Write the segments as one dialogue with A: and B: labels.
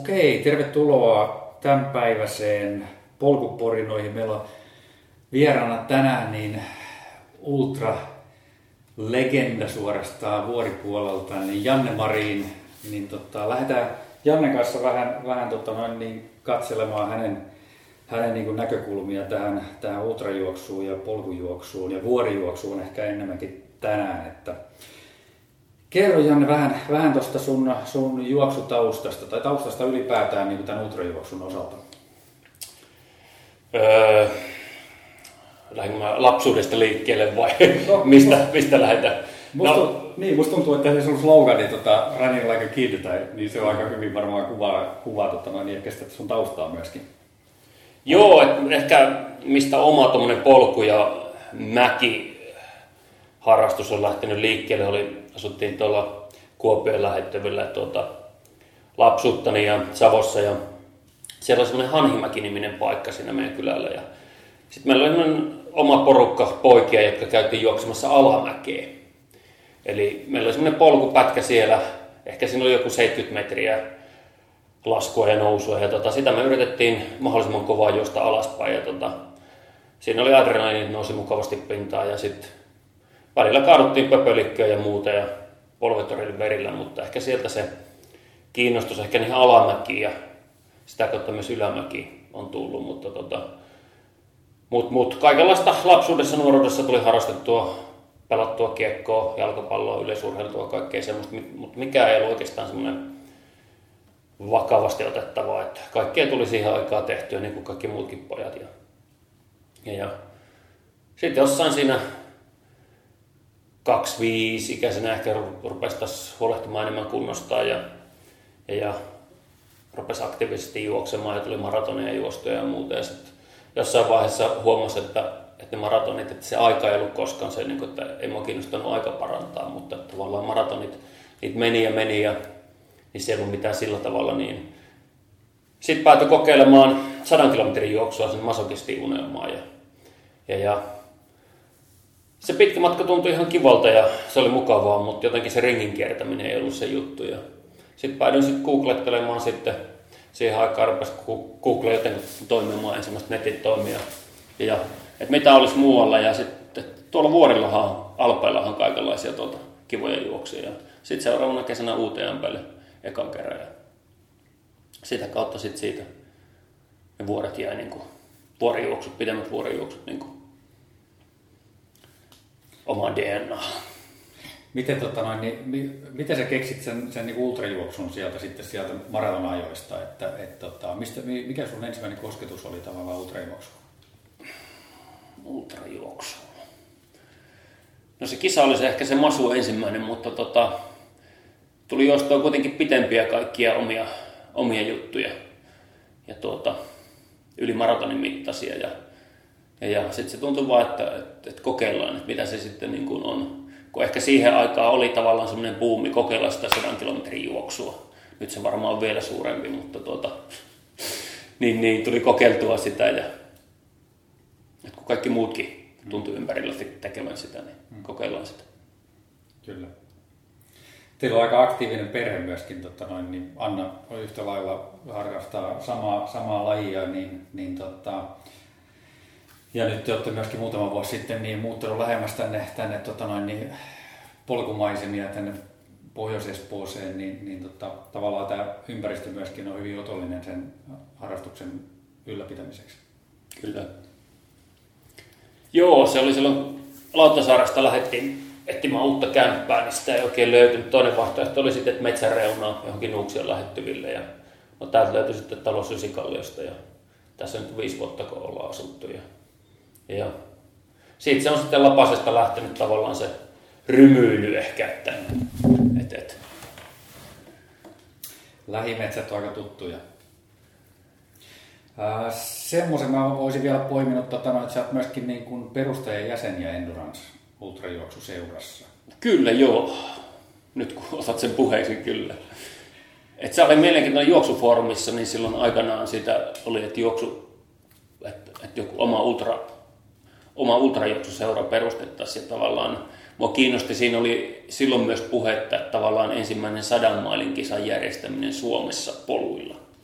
A: Okei, tervetuloa tämänpäiväiseen polkuporinoihin. Meillä on vieraana tänään niin ultra-legenda suorastaan vuoripuolelta, niin Janne Marin. Niin lähdetään Jannen kanssa vähän katselemaan hänen niin kuin näkökulmia tähän ultrajuoksuun ja polkujuoksuun ja vuorijuoksuun ehkä enemmänkin tänään. Että kerro Janne vähän tuosta sun juoksutaustasta tai taustasta ylipäätään niin kuin tämän ultrajuoksun osalta.
B: Lähdenkö mä lapsuudesta liikkeelle vai mistä lähdetään?
A: Musta tuntuu, että se sun slogani Running like a kid, niin se on aika hyvin varmaan kuvaa niin ehkä sitä sun taustaa myöskin.
B: Joo, ehkä mistä oma tommonen polku ja mäkiharrastus on lähtenyt liikkeelle, asuttiin tuolla Kuopion lähettyvillä lapsuuttani ja Savossa ja siellä oli semmoinen Hanhimäki-niminen paikka siinä meidän kylällä ja sitten meillä oli oma porukka poikia, jotka käytiin juoksemassa alamäkeä. Eli meillä oli semmoinen polkupätkä siellä, ehkä siinä oli joku 70 metriä laskua ja nousua ja sitä me yritettiin mahdollisimman kovaa juosta alaspäin ja siinä oli adrenaliinit nousi mukavasti pintaan ja sitten välillä kaaduttiin pöpölikköä ja muuta ja polvet oli verillä, mutta ehkä sieltä se kiinnostus ehkä niihin alamäkiin ja sitä kautta myös ylämäkiin on tullut, mutta kaikenlaista lapsuudessa nuoruudessa tuli harrastettua, pelattua kiekkoa, jalkapalloa, yleisurheiltua, kaikkea semmoista, mutta mikään ei ollut oikeastaan semmoinen vakavasti otettavaa, että kaikkea tuli siihen aikaan tehtyä niin kuin kaikki muutkin pojat. Ja sitten jossain siinä 25-ikäisenä ehkä rupesi taas huolehtimaan enemmän kunnostaan ja rupesi aktiivisesti juoksemaan ja tuli maratoneja juostuja ja muuta. Ja sitten jossain vaiheessa huomasi, että ne maratonit, että se aika ei ollut koskaan se, että ei mua kiinnostanut aika parantaa, mutta tavallaan maratonit, niitä meni ja niin se ei ollut mitään sillä tavalla. Niin. Sitten päätyi kokeilemaan 100 kilometrin juoksua sen masokistin-unelmaan ja se pitkä matka tuntui ihan kivalta ja se oli mukavaa, mutta jotenkin se ringin kiertäminen ei ollut se juttu. Sitten päädyin googlettelemaan sitten. Siihen aikaan rupesi Google jotenkin toimimaan ensimmäistä netin toimia. Ja että mitä olisi muualla. Ja sitten tuolla vuorillahan, Alpeillahan kaikenlaisia kivoja juoksuja. Sitten seuraavana kesänä UTMP:lle ekan kerran. Ja sitä kautta sitten siitä ne vuoret jäi niin kuin vuorijuoksut, pidemmät vuorijuoksut niin kuin omaan DNAhan.
A: Miten sä keksit sen niin ultrajuoksun sieltä maratonajoista, mikä sun ensimmäinen kosketus oli tavallaan ultrajuoksuun?
B: Ultrajuoksu. No se kisa oli ehkä se masu ensimmäinen, mutta tuli juostua kuitenkin pitempiä kaikkia omia juttuja ja yli maratonin mittaisia ja sitten se tuntui vaan, että kokeillaan, että mitä se sitten niin kuin on. Kun ehkä siihen aikaan oli tavallaan semmoinen buumi kokeilla sitä 100 kilometrin juoksua. Nyt se varmaan on vielä suurempi, mutta niin tuli kokeiltua sitä ja että kun kaikki muutkin tuntui ympärillä tekevän sitä, niin kokeillaan sitä. Kyllä.
A: Teillä on aika aktiivinen perhe myöskin, niin Anna yhtä lailla harrastaa samaa lajia, ja nyt te olette myöskin muutama vuosi sitten niin muuttanut lähemmäs tänne polkumaisemia tänne Pohjois-Espooseen, niin tavallaan tämä ympäristö myöskin on hyvin otollinen sen harrastuksen ylläpitämiseksi.
B: Kyllä. Joo, se oli silloin Lauttasaaresta lähdettiin etsimään uutta kämppää, niin sitä ei oikein löytynyt. Toinen vaihtoehto oli sitten, että metsän reunaa johonkin Nuuksion lähettyville. Ja täältä löytyi sitten talo Sysikalliosta ja tässä nyt 5 vuotta kun ollaan asuttu. Ja siitä se on sitten Lapasesta lähtenyt tavallaan se rymyily ehkä.
A: Lähimetsät on aika tuttuja. Semmoisen mä voisin vielä poiminut, että sä oot myöskin niin kuin perustajajäsen ja Endurance ultrajuoksuseurassa.
B: Kyllä joo. Nyt kun otat sen puheeksi kyllä. Se oli mielenkiintoinen juoksufoorumissa, niin silloin aikanaan sitä oli, että joku oma ultrajuoksuseura perustettaisiin ja tavallaan mua kiinnosti, siinä oli silloin myös puhetta, että tavallaan ensimmäinen 100 mailin kisan järjestäminen Suomessa poluilla.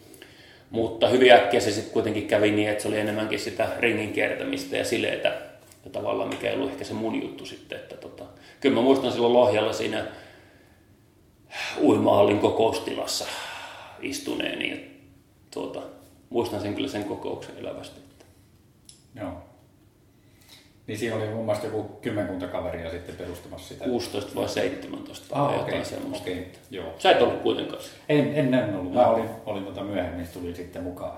B: Mutta hyvin äkkiä se sitten kuitenkin kävi niin, että se oli enemmänkin sitä ringin kiertämistä ja sileitä. Ja tavallaan mikä ei ollut ehkä se mun juttu sitten. Että kyllä mä muistan silloin Lohjalla siinä uimahallin kokoustilassa istuneeni. Ja muistan sen kyllä sen kokouksen elävästi.
A: Joo. Niin siinä oli muun muassa joku kymmenkunta kaveria sitten perustamassa sitä.
B: 16 vai 17 tai jotain semmoista.
A: Okay. Joo.
B: Sä et ollut kuitenkaan.
A: En ollut. Mä olin myöhemmin, tulin sitten mukaan.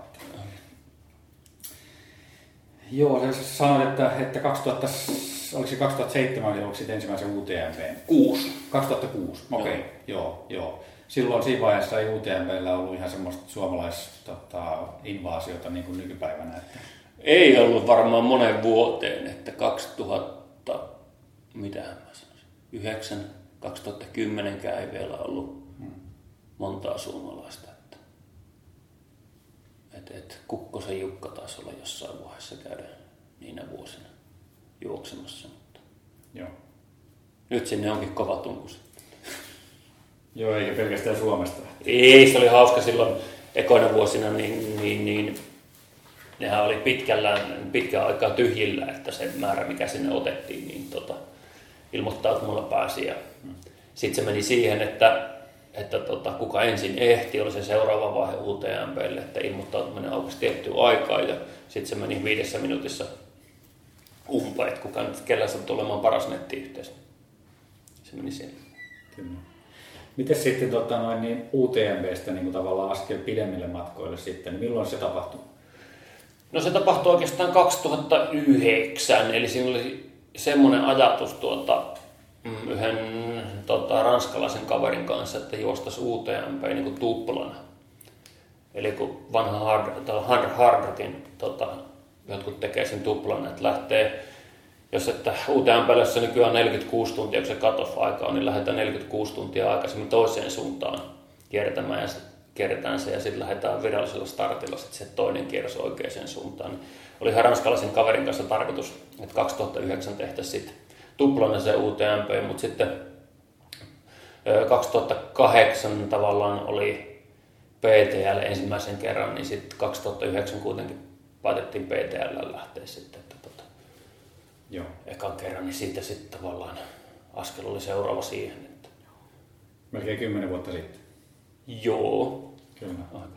A: Joo, sä sanoit, että 2000, oliko se 2007 oli sitten ensimmäisen UTMP? 2006, okei. Okay. Joo. Silloin siinä vaiheessa ei UTMP:llä ollut ihan semmoista suomalais-invaasiota niin kuin nykypäivänä. Että...
B: Ei ollut varmaan monen vuoteen, että 2010 ei vielä ollut montaa suomalaista. Kukkosen Jukka taisi olla jossain vaiheessa käydä niinä vuosina juoksemassa. Mutta
A: joo.
B: Nyt sinne onkin kova tunku sitten.
A: Joo, eikä pelkästään Suomesta.
B: Ei, se oli hauska silloin ekoina vuosina, niin nehän oli pitkään aikaa tyhjillä, että se määrä, mikä sinne otettiin, niin ilmoittautumalla pääsi. Ja sitten se meni siihen, että kuka ensin ehti, oli se seuraava vaihe UTMP:lle, että ilmoittautuminen aukesi tiettyä aikaa ja sitten se meni 5 minuutissa umpeen, että kuka nyt kellä sattuu olemaan paras nettiyhteys. Se meni siihen.
A: Kyllä. Miten sitten niin UTMP:stä niin tavallaan askel pidemmille matkoille sitten, milloin se tapahtui?
B: No se tapahtui oikeastaan 2009, eli siinä oli semmoinen ajatus yhden ranskalaisen kaverin kanssa, että juostaisiin UTMP niin kuin tuplana. Eli kun vanha hard rockin jotkut tekee sen tuplana, että lähtee, jos että UTMP:ssä nykyään 46 tuntia, kun se cut-off-aika on, niin lähdetään 46 tuntia aikaisemmin toiseen suuntaan kiertämään ja kierretään se ja sitten lähdetään virallisella startilla sitten se toinen kierros oikeaan suuntaan. Oli ihan ranskalaisen kaverin kanssa tarkoitus, että 2009 tehtäisiin sitten tuplana se UTMP, mutta sitten 2008 tavallaan oli PTL ensimmäisen kerran, niin sitten 2009 kuitenkin päätettiin PTL lähteä sitten.
A: Joo.
B: Ekan kerran, niin siitä sitten tavallaan askel oli seuraava siihen. Että...
A: Melkein 10 vuotta sitten.
B: Joo.
A: Kyllä.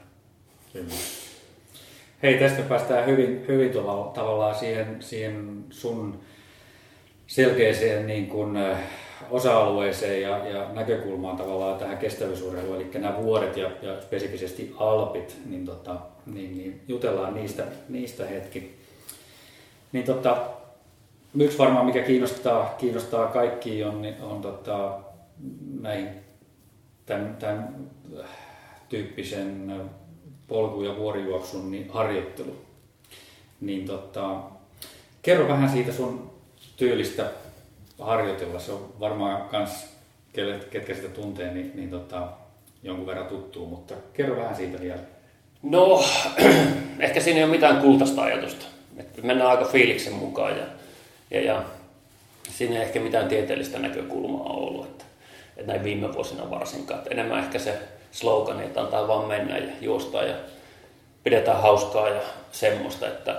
A: Hei, tästä päästään hyvin tavallaan siihen sun selkeäseen niin kuin osa-alueeseen ja näkökulmaan tavallaan tähän kestävyysurheiluun, eli nämä vuoret ja spesifisesti Alpit, niin jutellaan niistä hetki. Niin yksi varmaan mikä kiinnostaa kaikkia on näihin tämän tyyppisen polku- ja vuorijuoksun niin harjoittelu. Niin kerro vähän siitä sun tyylistä harjoitella. Se on varmaan kans, ketkä sitä tuntee, niin jonkun verran tuttuu, mutta kerro vähän siitä vielä.
B: No, ehkä siinä ei ole mitään kultaista ajatusta. Että mennään aika fiiliksen mukaan ja siinä ei ehkä mitään tieteellistä näkökulmaa ollut, että näin viime vuosina varsinkaan. Että enemmän ehkä se slogan, että antaa vaan mennä ja juostaan ja pidetään hauskaa ja semmoista, että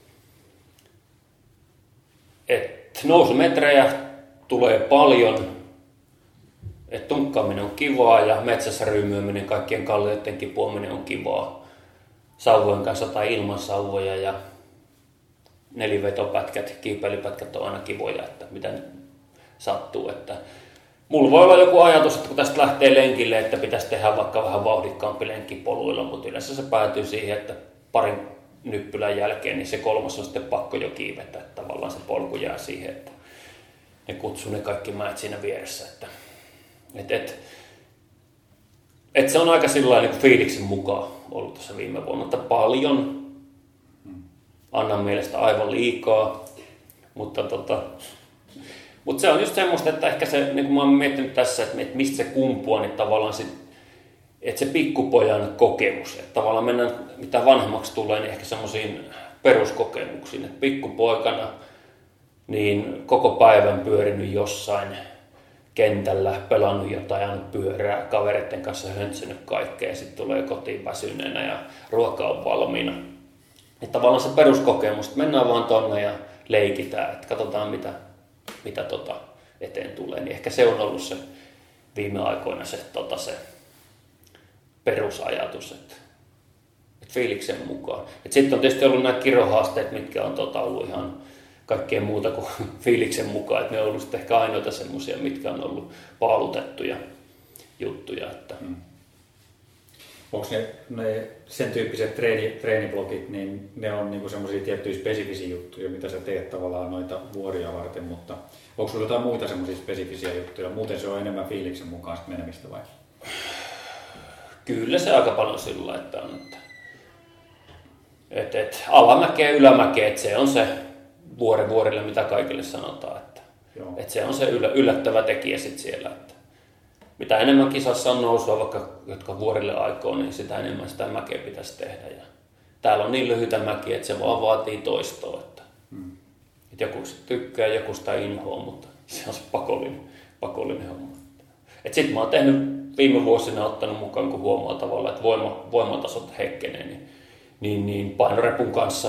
B: nousumetrejä tulee paljon, että tunkkaaminen on kivaa ja metsässä ryymyäminen, kaikkien kallioiden kipuaminen on kivaa. Sauvojen kanssa tai ilman sauvoja ja nelivetopätkät, kiipeilypätkät on aina kivoja, että mitä sattuu. Että mulla voi olla joku ajatus, että kun tästä lähtee lenkille, että pitäisi tehdä vaikka vähän vauhdikkaampi lenkki poluilla, mutta yleensä se päätyy siihen, että parin nyppylän jälkeen niin se kolmas on sitten pakko jo kiivetä, että tavallaan se polku jää siihen, että ne kutsuu ne kaikki mäet siinä vieressä. Että se on aika sillain niin fiiliksen mukaan ollut tässä viime vuonna, että paljon, annan mielestä aivan liikaa, mutta se on just semmoista, että ehkä se, niin kuin mä oon miettinyt tässä, että mistä se kumpuaa, niin tavallaan että se pikkupojan kokemus, että tavallaan mennään, mitä vanhemmaksi tulee, niin ehkä semmoisiin peruskokemuksiin, että pikkupoikana niin koko päivän pyörinyt jossain kentällä, pelannut jotain, ajanut pyörää, kavereiden kanssa höntsynyt kaikkea ja sitten tulee kotiin väsyneenä ja ruoka on valmiina. Että tavallaan se peruskokemus, että mennään vaan tonne ja leikitään, että katsotaan mitä eteen tulee. Niin ehkä se on ollut se viime aikoina se perusajatus, että fiiliksen mukaan. Sitten on tietysti ollut nämä kirohaasteet, mitkä on ollut ihan kaikkea muuta kuin fiiliksen mukaan. Että ne on ollut sitten ehkä ainoita semmoisia, mitkä on ollut paalutettuja juttuja. Että.
A: Onko ne sen tyyppiset treeniblogit, niin ne on niinku semmoisia tiettyjä spesifisiä juttuja, mitä sä teet tavallaan noita vuoria varten, mutta onko sulla jotain muita semmoisia spesifisiä juttuja? Muuten se on enemmän fiiliksen mukaan menemistä vai?
B: Kyllä se aika paljon sillä, että on että alamäkeä ja ylämäkeä, että se on se vuorille, mitä kaikille sanotaan. Että se on se yllättävä tekijä sit siellä. Että mitä enemmän kisassa on nousua, vaikka jotka vuorille aikoo, niin sitä enemmän sitä mäkeä pitäisi tehdä. Ja täällä on niin lyhyitä mäkiä, että se vaan vaatii toistoa. Että joku tykkää, joku sitä inhoa, mutta se on se pakollinen homma. Sitten mä oon tehnyt viime vuosina ottanut mukaan, kun huomaa tavallaan, että voimatasot heikkenee, niin painorepun kanssa,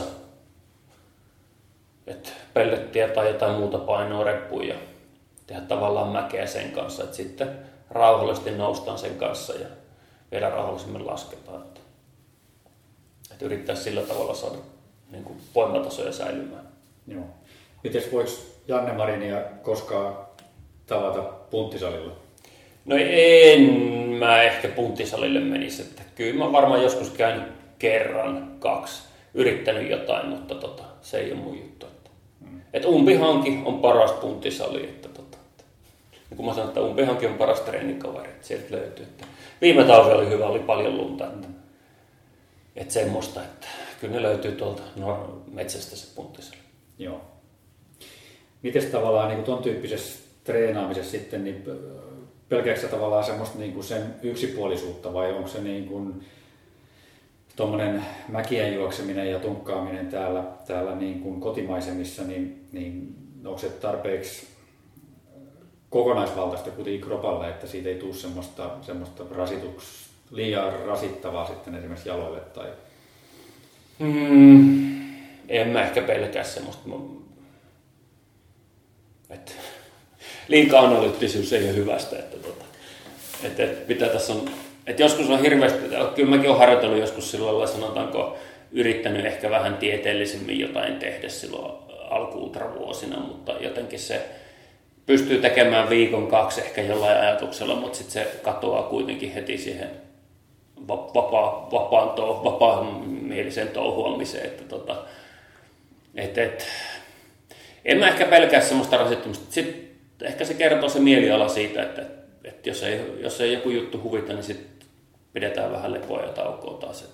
B: että pellettiä tai jotain muuta painoa reppuun ja tehdä tavallaan mäkeä sen kanssa, että sitten rauhallisesti noustaan sen kanssa ja vielä rauhallisemmin lasketaan. Että yrittää sillä tavalla saada niin kuin voimatasoja säilymään.
A: Joo. Mites voiko Janne Marinia koskaan tavata punttisalilla?
B: No en mä ehkä punttisalille menisi. Että kyllä mä varmaan joskus käyn kerran, 2, yrittänyt jotain, mutta se ei ole mun juttu. Että umpihanki on paras punttisali. Että kun mä sanon, että umpihanki on paras treenikaveri, että sieltä löytyy. Että viime talvi oli hyvä, oli paljon lunta. Että semmoista, että kyllä ne löytyy tuolta metsästä se punttisali.
A: Joo. Mites tavallaan niin tuon tyyppisessä treenaamisessa sitten, niin pelkääkö sä tavallaan semmoista niin kuin sen yksipuolisuutta vai onko se niin kuin tuommoinen mäkien juokseminen ja tunkkaaminen täällä niin kuin kotimaisemissa, niin onko se tarpeeksi kokonaisvaltaista kuitenkin kropalle, että siitä ei tule semmoista liian rasittavaa sitten esimerkiksi jaloille? Tai...
B: En mä ehkä pelkää semmoista. Liikaa analyyttisuus ei ole hyvästä. Että mitä tässä on, että joskus on hirveästi, kyllä mäkin olen harjoitellut joskus sillä lailla, sanotaanko yrittänyt ehkä vähän tieteellisemmin jotain tehdä silloin alku-ultravuosina, mutta jotenkin se pystyy tekemään 1-2 viikon ehkä jollain ajatuksella, mutta sitten se katoaa kuitenkin heti siihen vapaan-mieliseen touhuamiseen. En mä ehkä pelkää semmoista rasittumista. Sitten ehkä se kertoo se mieliala siitä, että jos ei joku juttu huvita, niin sitten pidetään vähän lepoa ja taukoa taas.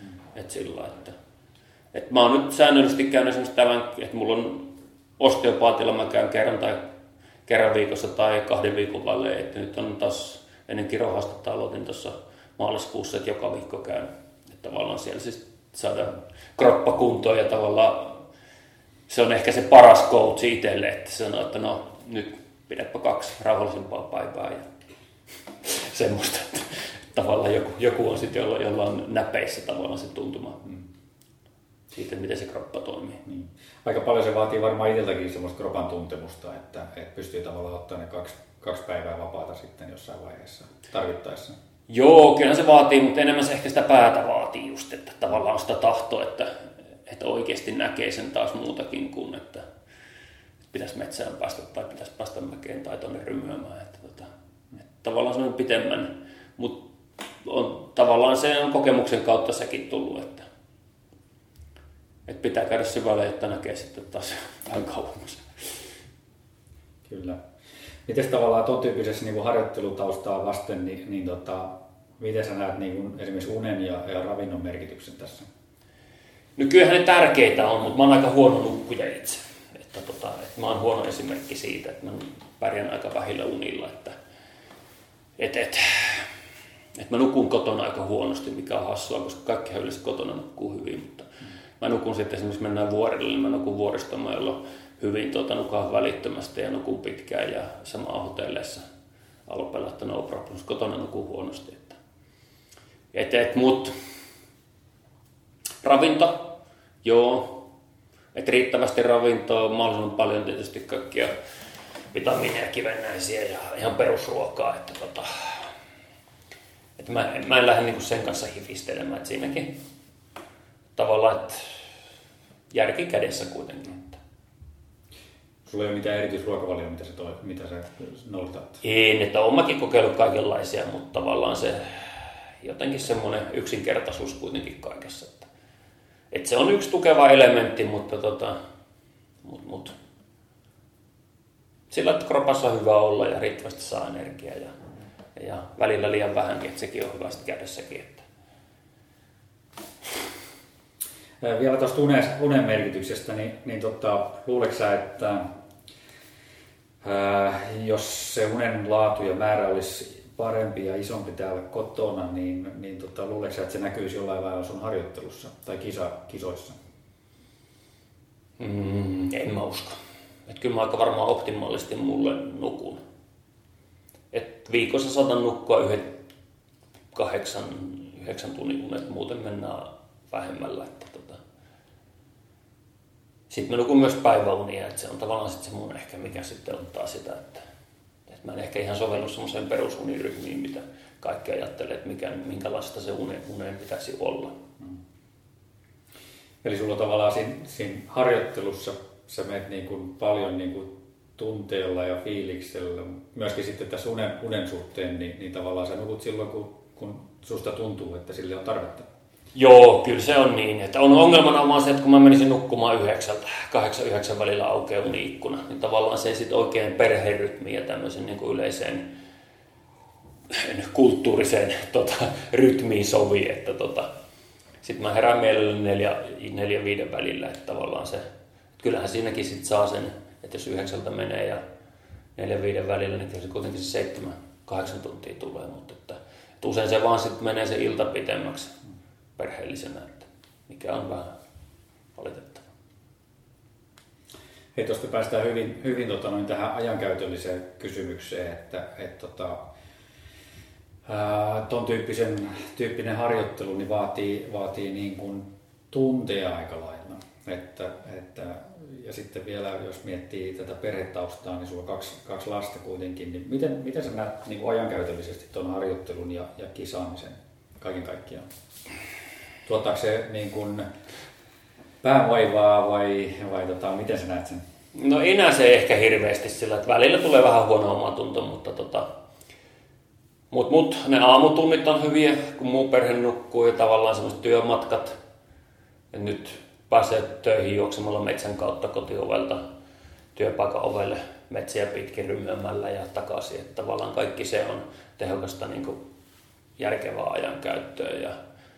B: Että mä oon nyt säännöllisesti käynyt esimerkiksi tämän, että mulla on osteopaatilla, mä käyn kerran viikossa tai 2 viikon välein. Että nyt on taas ennen kirohaastetta aloitin tuossa maaliskuussa, että joka viikko käyn. Että tavallaan siellä siis saadaan kroppa kuntoon ja tavallaan se on ehkä se paras coach itselle, että se sanoo, että no nyt pidäpä 2 rauhallisempaa päivää ja semmoista, että tavallaan joku on sitten, jolla on näpeissä tavallaan se tuntuma siitä, miten se kroppa toimii.
A: Niin. Aika paljon se vaatii varmaan itseltäkin semmoista kropan tuntemusta, että pystyy tavallaan ottamaan ne 2 päivää vapaata sitten jossain vaiheessa tarvittaessa.
B: Joo, kyllä se vaatii, mutta enemmän se ehkä sitä päätä vaatii just, että tavallaan sitä tahtoa, että oikeasti näkee sen taas muutakin kuin, että pitäisi metsään päästä tai pitäisi päästä mäkeen tai tuonne rymyämään. Että tavallaan se on pitemmän, mutta tavallaan se on kokemuksen kautta sekin tullut, että pitää käydä syvälle, että näkee sitten taas vähän kauemmas.
A: Kyllä. Miten tavallaan tuon tyyppisessä niin harjoittelutaustaa vasten, miten sä näet niin esimerkiksi unen ja ravinnon merkityksen tässä?
B: No kyllähän ne tärkeitä on, mutta mä oon aika huono nukkuja itse. Että mä oon huono esimerkki siitä, että mä pärjään aika vähillä unilla. Että mä nukun kotona aika huonosti, mikä on hassua, koska kaikki yleensä kotona nukkuu hyvin. Mutta mä nukun sitten esimerkiksi mennään vuorille, niin mä nukun vuoristomailla hyvin, nukaan välittömästi ja nukun pitkään ja samaan hotelleissa Alpella, että no problems, kotona nukuu huonosti. Mut ravinto, joo. Riittävästi ravintoa, mahdollisimman paljon tietysti kaikkia vitamiineja, kivennäisiä ja ihan perusruokaa. Mä en lähde niinku sen kanssa hifistelemään, että siinäkin tavallaan, että järki kädessä kuitenkin.
A: Sulla ei ole mitään erityisruokavalioa, mitä sä noudatat?
B: Ei, että oon mäkin kokeillut kaikenlaisia, mutta tavallaan se jotenkin semmoinen yksinkertaisuus kuitenkin kaikessa. Että se on yksi tukeva elementti, mutta sillä, että kropassa on hyvä olla ja riittävästi saa energiaa ja välillä liian vähänkin, että sekin on hyvä sitten kädessäkin. Että.
A: Vielä tuosta unen merkityksestä, niin luuletko sä, että jos se unen laatu ja määrä olisi parempi ja isompi täällä kotona, niin luuletko sä, että se näkyisi jollain lailla sun harjoittelussa tai kisoissa?
B: En mä usko. Kyllä mä aika varmaan optimaalisesti mulle nukun. Viikossa saatan nukkua 8-9 tunnin unet, muuten mennään vähemmällä. Sitten mä nukun myös päiväunia, että se on tavallaan sit se mun ehkä mikä sitten ottaa sitä, että mä en ehkä ihan sovellu semmoiseen perusuniryhmiin, mitä kaikki ajattelee, että minkälaista se unen pitäisi olla.
A: Eli sulla tavallaan siinä harjoittelussa sä menet niin kuin paljon niin kuin tunteella ja fiiliksellä, myöskin sitten tässä unen suhteen, niin tavallaan sä nukut silloin, kun susta tuntuu, että sille on tarvetta.
B: Joo, kyllä se on niin. Että on ongelmana vaan se, että kun mä menisin nukkumaan 8-9 välillä aukeaa uni-ikkuna, niin tavallaan se ei sitten oikein perherytmiin ja tämmöisen niin kuin yleiseen kulttuuriseen rytmiin sovi. Sitten mä herään mielelläni 4-5 välillä, että tavallaan se, että kyllähän siinäkin sitten saa sen, että jos 9 menee ja 4-5 välillä, niin kyllä se kuitenkin se 7-8 tuntia tulee, mutta että usein se vaan sitten menee se ilta pitemmäksi perheellisenä, että mikä on vähän valitettavaa.
A: Hei, tuosta päästään hyvin tähän ajankäytölliseen kysymykseen, että ton tyyppinen harjoittelu niin vaatii niin kuin tunteja aika lailla. Ja sitten vielä, jos miettii tätä perhetaustaa, niin sulla on kaksi lasta kuitenkin, niin miten sä näet niin kuin ajankäytöllisesti tuon harjoittelun ja kisaamisen kaiken kaikkiaan? Tuottaako se niin kuin päävaivaa vai miten sä näet sen?
B: No ei näe se ehkä hirveästi sillä, että välillä tulee vähän huono omatunto, mutta ne aamutunnit on hyviä, kun muu perhe nukkuu ja tavallaan semmoiset työmatkat. Ja nyt pääsee töihin juoksemalla metsän kautta kotiovelta työpaikan ovelle metsiä pitkin rymyämällä ja takaisin. Että tavallaan kaikki se on tehokasta niin kuin järkevää ajankäyttöä ja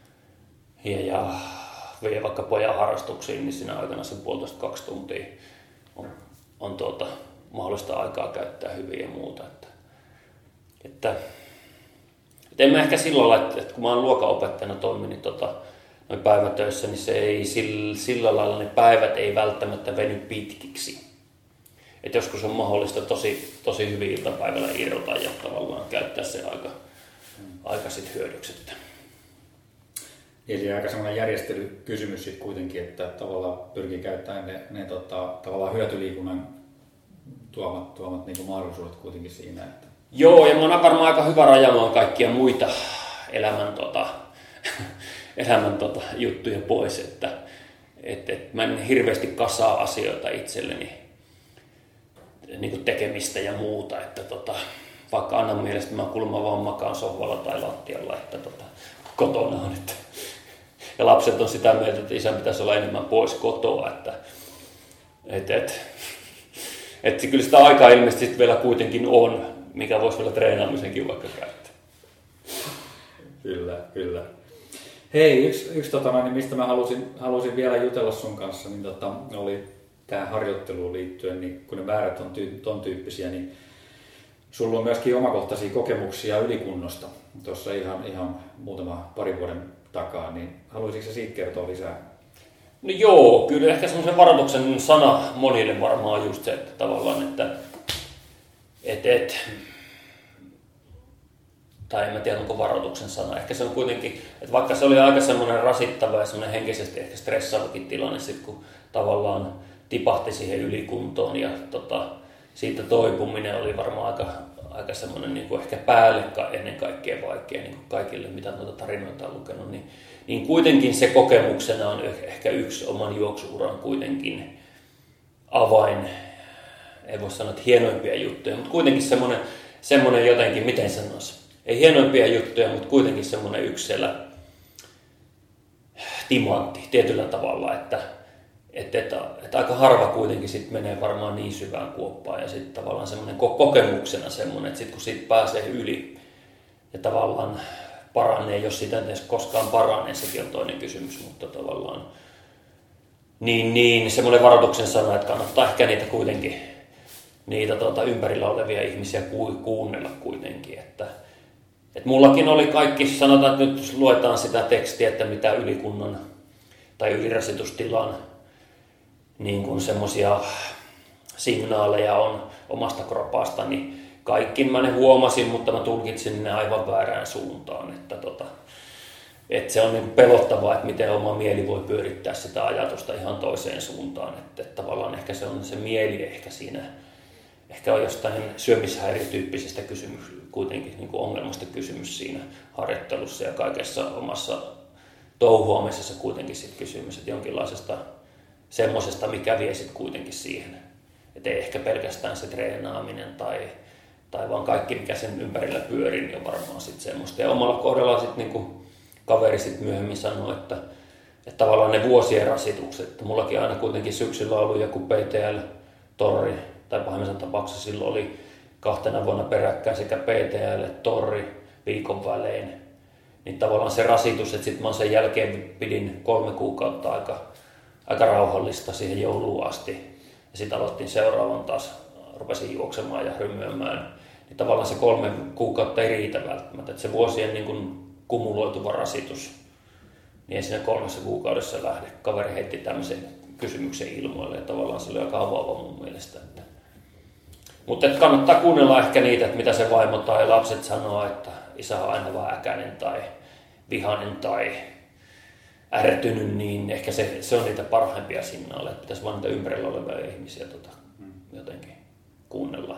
B: vie vaikka pojan harrastuksiin, niin siinä aikana se 1,5-2 tuntia on mahdollista aikaa käyttää hyvin ja muuta. Että en mä ehkä silloin lailla, että kun mä oon luokanopettajana toimin, niin noin päivätöissä, niin se ei sillä lailla ne päivät ei välttämättä veny pitkiksi. Et joskus on mahdollista tosi hyvin iltapäivällä irrota ja tavallaan käyttää se aika sit hyödyksi.
A: Eli aika semmoinen järjestelykysymys sitten kuitenkin, että tavallaan pyrkii käyttämään ne tavallaan hyötyliikunnan tuomat niin kuin mahdollisuudet kuitenkin siinä. Että.
B: Joo, ja mä oon varmaan aika hyvä rajaamaan kaikkia muita elämän juttuja pois, että mä en hirveästi kasaa asioita itselleni, niin kuin tekemistä ja muuta, että vaikka annan mielestä mä kuulemma vaan makaan sohvalla tai lattialla, että kotona on, että ja lapset on sitä mieltä, että isän pitäisi olla enemmän pois kotoa, että kyllä sitä aikaa ilmeisesti vielä kuitenkin on, mikä voisi vielä treenaamisenkin vaikka käyttää.
A: Kyllä. Hei, yksi niin mistä mä halusin vielä jutella sun kanssa, niin oli tähän harjoitteluun liittyen, niin kun ne määrät on ton tyyppisiä, niin sulla on myöskin omakohtaisia kokemuksia ylikunnosta tuossa ihan pari vuoden takaa, niin haluaisitko sä siitä kertoa lisää?
B: No joo, kyllä ehkä semmoisen varoituksen sana monille varmaan on just se, että tavallaan, että tai en mä tiedä onko varoituksen sana. Ehkä se on kuitenkin, että vaikka se oli aika semmoinen rasittava ja semmoinen henkisesti ehkä stressaavakin tilanne, sit kun tavallaan tipahti siihen ylikuntoon ja siitä toipuminen oli varmaan aika semmoinen niin kuin ehkä päälle ennen kaikkea vaikea niin kuin kaikille, mitä noita tarinoita on lukenut, niin kuitenkin se kokemuksena on ehkä yksi oman juoksuuran kuitenkin avain, ei voi sanoa, että hienoimpia juttuja, mutta kuitenkin semmoinen jotenkin, miten sanoisi, ei hienoimpia juttuja, mutta kuitenkin semmoinen yksi siellä timantti tietyllä tavalla, että aika harva kuitenkin sit menee varmaan niin syvään kuoppaan ja sitten tavallaan semmoinen kokemuksena semmoinen, että sitten kun siitä pääsee yli ja tavallaan paranee, jos siitä ei koskaan paranee, sekin on toinen kysymys, mutta tavallaan niin semmoinen varoituksen sana, että kannattaa ehkä niitä kuitenkin, niitä ympärillä olevia ihmisiä kuunnella kuitenkin, että mullakin oli kaikki, sanotaan, että nyt luetaan sitä tekstiä, että mitä ylikunnan tai ylirasitustilan niin kuin semmoisia signaaleja on omasta kropasta, niin kaikki mä ne huomasin, mutta mä tulkitsin ne aivan väärään suuntaan. Että se on niin pelottavaa, että miten oma mieli voi pyörittää sitä ajatusta ihan toiseen suuntaan. Että tavallaan ehkä se on se mieli ehkä siinä, ehkä on jostain syömishäiriötyyppisestä kysymys, kuitenkin niin kuin ongelmasta kysymys siinä harjoittelussa ja kaikessa omassa touhuamisessa kuitenkin sit kysymys, että jonkinlaisesta semmoisesta, mikä vie sitten kuitenkin siihen. Että ei ehkä pelkästään se treenaaminen tai vaan kaikki, mikä sen ympärillä pyörii, niin on varmaan sitten semmoista. Ja omalla kohdalla sitten niinku kaveri sitten myöhemmin sanoi, että tavallaan ne vuosien rasitukset, että mullakin aina kuitenkin syksyllä ollut joku PTL-torri, tai pahimmassa tapauksessa silloin oli 2 vuonna peräkkäin sekä PTL että torri viikon välein. Niin tavallaan se rasitus, että sitten mä sen jälkeen pidin 3 kuukautta aika rauhallista siihen jouluun asti. Ja sitten aloittiin seuraavan taas, rupesin juoksemaan ja rymyämään. Niin tavallaan se 3 kuukautta ei riitä välttämättä. Että se vuosien niin kuin kumuloituva rasitus, niin ei siinä 3 kuukaudessa lähde. Kaveri heitti tämmöisen kysymyksen ilmoille ja tavallaan se oli aika avaava mun mielestä. Mutta kannattaa kuunnella ehkä niitä, että mitä se vaimo tai lapset sanoo, että isä on aina vaan äkäinen tai vihainen tai ärtynyt, niin ehkä se on niitä parhaimpia signaaleja, että pitäisi vaan niitä ympärillä olevia ihmisiä jotenkin kuunnella.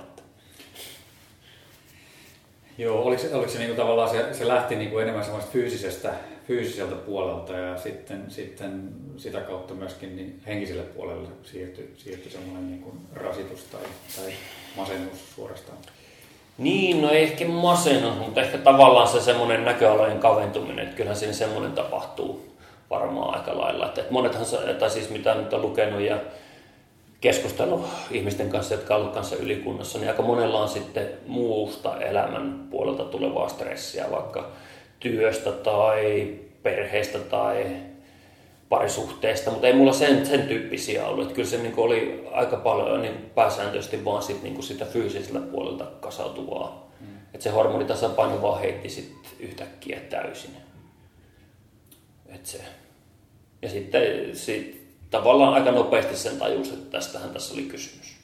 A: Joo, oliko se niinku tavallaan se lähti niinku enemmän semmoista fyysiseltä puolelta ja sitten sitä kautta myöskin niin henkiselle puolelle siirtyi semmoinen niinku rasitus tai masennus suorastaan?
B: Niin, no ei ehkä masennus, mutta ehkä tavallaan se semmoinen näköalojen kaventuminen, että kyllähän siinä semmoinen tapahtuu varmaan aika lailla. Että monethan, tai siis mitä nyt on lukenut ja keskustellut ihmisten kanssa, jotka on ollut kanssa ylikunnassa, niin aika monella on sitten muusta elämän puolelta tulevaa stressiä, vaikka työstä tai perheestä tai parisuhteesta, mutta ei mulla sen tyyppisiä ollut. Että kyllä se niin oli aika paljon niin pääsääntöisesti vaan niin sitä fyysisellä puolelta kasautuvaa. Että se hormonitasapaino vaan heitti sit yhtäkkiä täysin. Ja sitten tavallaan aika nopeasti sen tajus, että tästähän tässä oli kysymys.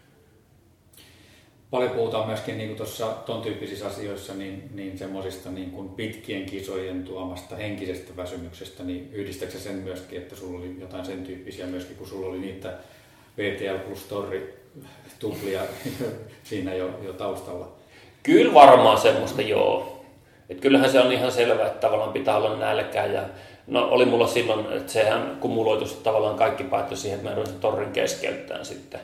A: Paljon puhutaan myöskin niin tuon tyyppisissä asioissa niin semmoisista niin pitkien kisojen tuomasta henkisestä väsymyksestä, niin yhdistätkö sen myöskin, että sulla oli jotain sen tyyppisiä myöskin, kun sulla oli niitä VTL plus torri tuplia siinä jo taustalla?
B: Kyllä varmaan semmoista joo. Et kyllähän se on ihan selvä, että tavallaan pitää olla nälkää ja no oli mulla silloin, että sehän kumuloitus, että tavallaan kaikki päättyi siihen, että mä jouduin torrin keskeyttämään sitten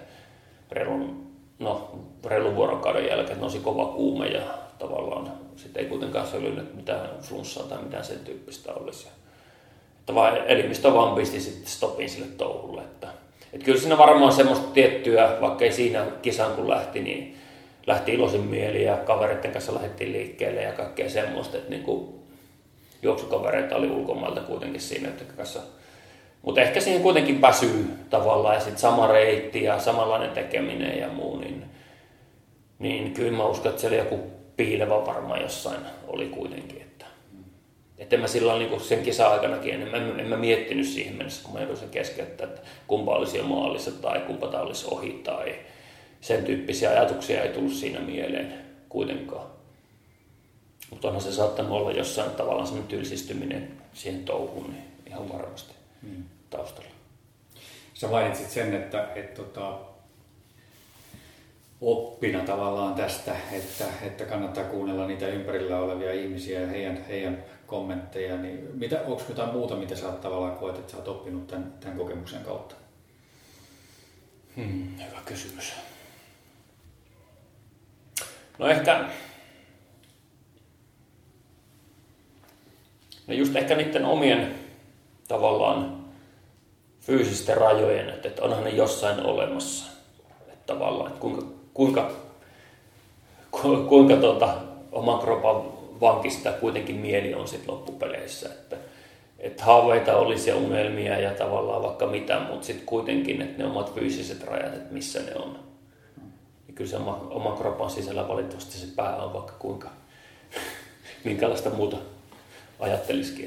B: reilun vuorokauden jälkeen, nousi kova kuume ja tavallaan sitten ei kuitenkaan säilynyt mitään flunssaa tai mitään sen tyyppistä olisi. Että vaan elimistö vaan pisti sitten stopin sille touhulle. Että kyllä siinä varmaan semmoista tiettyä, vaikka ei siinä kisaan kun lähti, niin lähti iloisin mieli ja kavereiden kanssa lähdettiin liikkeelle ja kaikkea semmoista, että niinku juoksukavereita oli ulkomailta kuitenkin siinä kanssa. Mutta ehkä siihen kuitenkin väsyy tavallaan ja sitten sama reitti ja samanlainen tekeminen ja muu, niin kyllä mä uskon, että siellä joku piilevä varmaan jossain oli kuitenkin. Että en mä silloin niin sen kisa-aikanakin en mä miettinyt siihen mennessä, kun mä joudun sen keskeyttää, että kumpa olisi jo maalissa tai kumpa tämä olisi ohi tai sen tyyppisiä ajatuksia ei tullut siinä mieleen kuitenkaan. Mutta onhan se saattanut olla jossain tavallaan semmoinen tylsistyminen siihen touhuun, niin ihan varmasti taustalla.
A: Sä mainitsit sen, että oppina tavallaan tästä, että kannattaa kuunnella niitä ympärillä olevia ihmisiä ja heidän kommentteja. Niin onko jotain muuta, mitä sä tavallaan koet, että sä oot oppinut tämän kokemuksen kautta?
B: Hyvä kysymys. No ehkä niiden omien tavallaan fyysisten rajojen, että onhan ne jossain olemassa. Että tavallaan, että kuinka oman kropan vankista kuitenkin mieli on sitten loppupeleissä. Että haaveita olisi ja unelmia ja tavallaan vaikka mitä, mutta sitten kuitenkin, että ne omat fyysiset rajat, että missä ne on. Ja kyllä se oma kropan sisällä valitettavasti se pää on vaikka kuinka, minkälaista muuta ajattelisikin.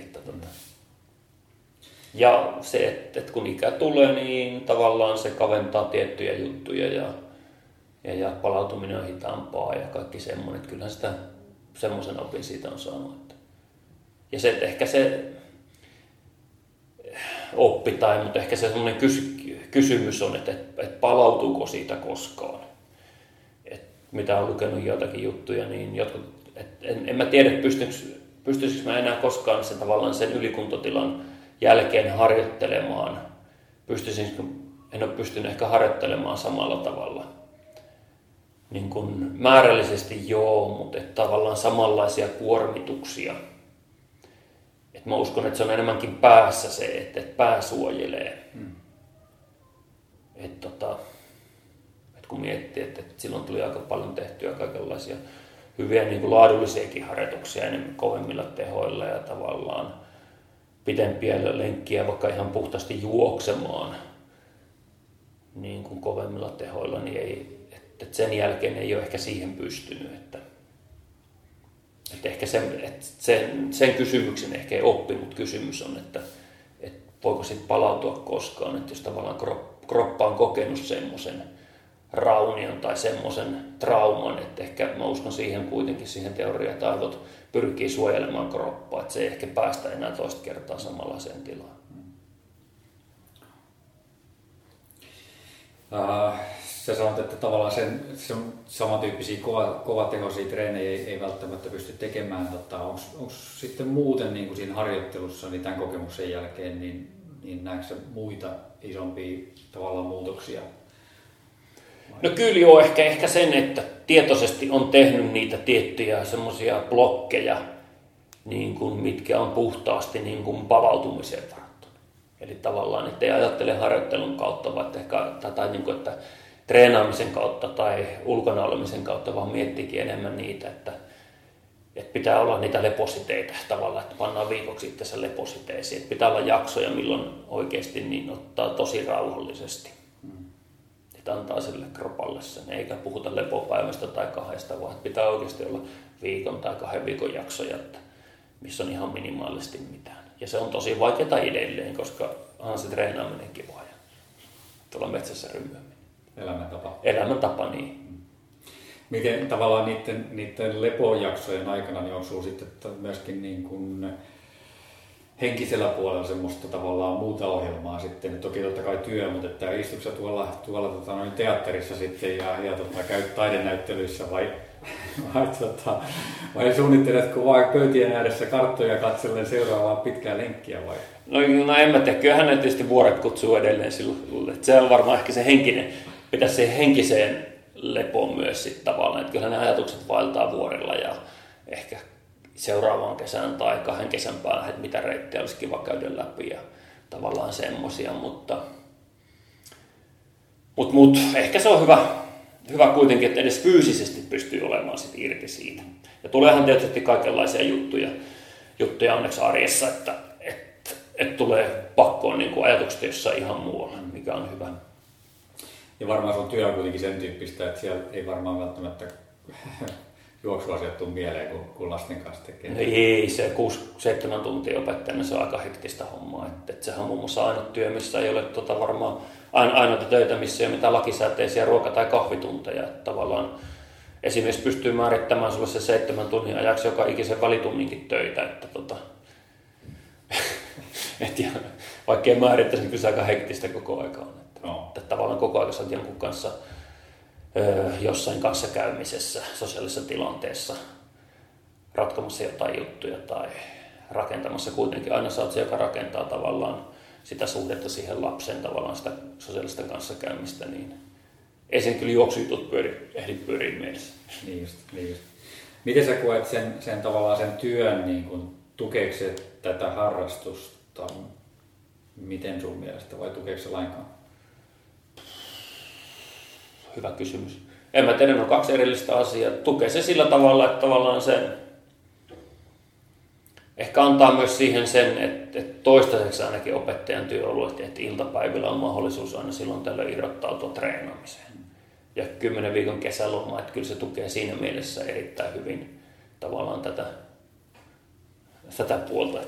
B: Ja se, että kun ikä tulee, niin tavallaan se kaventaa tiettyjä juttuja ja palautuminen on hitaampaa ja kaikki semmoinen. Että kyllähän sitä semmoisen opin siitä on saanut. Ja se, että ehkä se oppi mutta ehkä se semmoinen kysymys on, että palautuuko siitä koskaan. Mitä olen lukenut joitakin juttuja, niin en mä tiedä, pystyisikö mä enää koskaan sen ylikuntotilan jälkeen harjoittelemaan. En ole pystynyt ehkä harjoittelemaan samalla tavalla. Niin kuin määrällisesti joo, mutta tavallaan samanlaisia kuormituksia. Et mä uskon, että se on enemmänkin päässä se, että pää suojelee. Et kun miettii, että silloin tuli aika paljon tehtyä kaikenlaisia hyviä niin kuin laadullisiakin harjoituksia enemmän kovemmilla tehoilla ja tavallaan pitempiä lenkkiä vaikka ihan puhtaasti juoksemaan niin kuin kovemmilla tehoilla, niin että sen jälkeen ei ole ehkä siihen pystynyt. Että ehkä sen kysymyksen ehkä ei oppi, mutta kysymys on, että voiko sitten palautua koskaan, että jos tavallaan kroppa on kokenut semmoisen raunion tai semmoisen trauman, että ehkä mä uskon siihen teoriaan, että aivot pyrkii suojelemaan kroppaa, että se ei ehkä päästä enää toista kertaa samanlaiseen tilaan.
A: Sä sanot, että tavallaan sen samantyyppisiä kovatehoisia treenejä ei välttämättä pysty tekemään. Onko sitten muuten niin kuin siinä harjoittelussa niin tämän kokemuksen jälkeen, niin näetkö muita isompia tavallaan muutoksia?
B: No kyllä joo, ehkä sen, että tietoisesti on tehnyt niitä tiettyjä semmoisia blokkeja, niin kuin, mitkä on puhtaasti niin kuin palautumiseen varattu. Eli tavallaan, että ei ajattele harjoittelun kautta, tai niin kuin, että treenaamisen kautta tai ulkona olemisen kautta, vaan miettikin enemmän niitä, että pitää olla niitä lepositeitä tavallaan, että pannaan viikoksi itsensä lepositeisiin. Että pitää olla jaksoja, milloin oikeasti niin ottaa tosi rauhallisesti. Että antaa sille kropalle sen, eikä puhuta lepopäivästä tai 2, vaan pitää oikeasti olla viikon tai 2 viikon jaksoja, että missä on ihan minimaalisesti mitään. Ja se on tosi vaikeaa edelleen, koska onhan se treenaaminenkin vaan tuolla metsässä rymyäminen. Elämäntapa, niin.
A: Miten tavallaan niiden lepojaksojen aikana, niin onko sinulla sitten myöskin niin kuin henkisellä puolella semmoista tavallaan muuta ohjelmaa sitten? Toki totta kai työ, mutta että istuuko sä tuolla teatterissa sitten ja käyt taidenäyttelyissä vai suunnitteletko vaan pöytien ääressä karttoja katsellen seuraavaa pitkää lenkkiä vai?
B: No en mä tiedä, kyllähän ne tietysti vuoret kutsuu edelleen silloin. Se on varmaan ehkä se henkinen, pitäisi siihen henkiseen lepoon myös sitten tavallaan. Että kyllähän ne ajatukset vaeltaa vuorilla ja ehkä seuraavaan kesään tai 2 kesän päähän, että mitä reittejä olisi kiva käydä läpi ja tavallaan semmosia, mutta ehkä se on hyvä kuitenkin, että edes fyysisesti pystyy olemaan sit irti siitä. Ja tuleehan tietysti kaikenlaisia juttuja onneksi arjessa, että tulee pakkoon niin kuin ajatukset jossain ihan muualla, mikä on hyvä.
A: Ja varmaan sun työ on kuitenkin sen tyyppistä, että siellä ei varmaan välttämättä juoksuasiat tule mieleen, kun lasten kanssa tekee.
B: No ei, se 6-7 tuntia opettajana, se on aika hektistä hommaa. Että sehän on muun muassa ainut työ, missä ei ole varmaan ainoita töitä, missä ei ole mitään lakisääteisiä ruoka- tai kahvitunteja. Että tavallaan esimies pystyy määrittämään sulle se 7 tunnin ajaksi joka ikisen välitunninkin töitä, että vaikka ei määrittäisi, niin kyllä se aika hektistä koko aika on. Että tavallaan koko ajan olet jonkun kanssa jossain kanssakäymisessä, sosiaalisessa tilanteessa, ratkomassa jotain juttuja tai rakentamassa kuitenkin. Aina sä oot se, joka rakentaa tavallaan sitä suhdetta siihen lapseen, tavallaan sitä sosiaalista kanssakäymistä, niin ei sen kyllä juoksujutut ehdi pyöriä mielessä.
A: Niin just. Miten sä koet sen tavallaan sen työn, niin kun, tukeeko se tätä harrastusta? Miten sun mielestä vai tukeeko se lainkaan?
B: Hyvä kysymys. En mä tiedä, ne on 2 erillistä asiaa. Tukee se sillä tavalla, että tavallaan sen ehkä antaa myös siihen sen, että toistaiseksi ainakin opettajan työ on ollut, että iltapäivillä on mahdollisuus aina silloin tällöin irrottautua treenaamiseen. Ja 10 viikon kesäloma, että kyllä se tukee siinä mielessä erittäin hyvin tavallaan tätä puolta.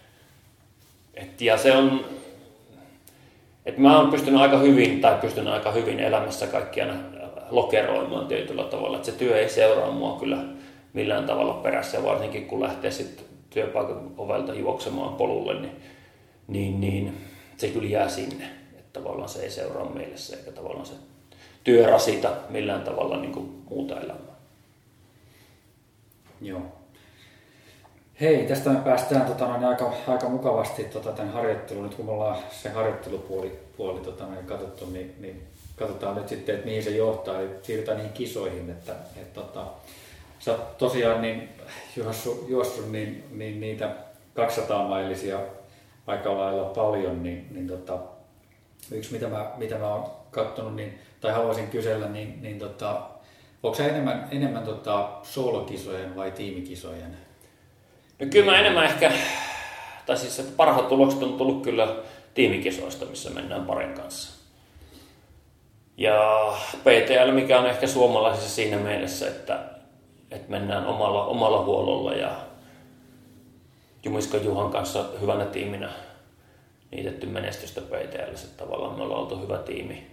B: Ja se on, että mä oon pystynyt aika hyvin elämässä kaikki aina lokeroimaan tietyllä tavalla, että se työ ei seuraa mua kyllä millään tavalla perässä, ja varsinkin kun lähtee sitten työpaikan ovelta juoksemaan polulle, niin se kyllä jää sinne, että tavallaan se ei seuraa mielessä, eikä tavallaan se työ rasita millään tavalla niin kuin muuta elämää.
A: Joo. Hei, tästä me päästään aika mukavasti tämän harjoitteluun. Nyt kun me ollaan se harjoittelupuoli katsottu, niin katsotaan nyt sitten, että mihin se johtaa. Eli siirrytään niihin kisoihin. Sä oot tosiaan niin juossut niin niitä 200-mailisia aika lailla paljon. Yksi mitä mä oon katsonut, tai haluaisin kysellä, onko sä enemmän soolokisojen vai tiimikisojen?
B: No kyllä mä enemmän ehkä, tai siis että parhaat tulokset on tullut kyllä tiimikisoista, missä mennään parin kanssa. Ja PTL, mikä on ehkä suomalaisissa siinä mielessä, että mennään omalla huollolla ja Jumiskon Juhan kanssa hyvänä tiiminä niitetty menestystä PTL:ssä. Tavallaan me ollaan oltu hyvä tiimi.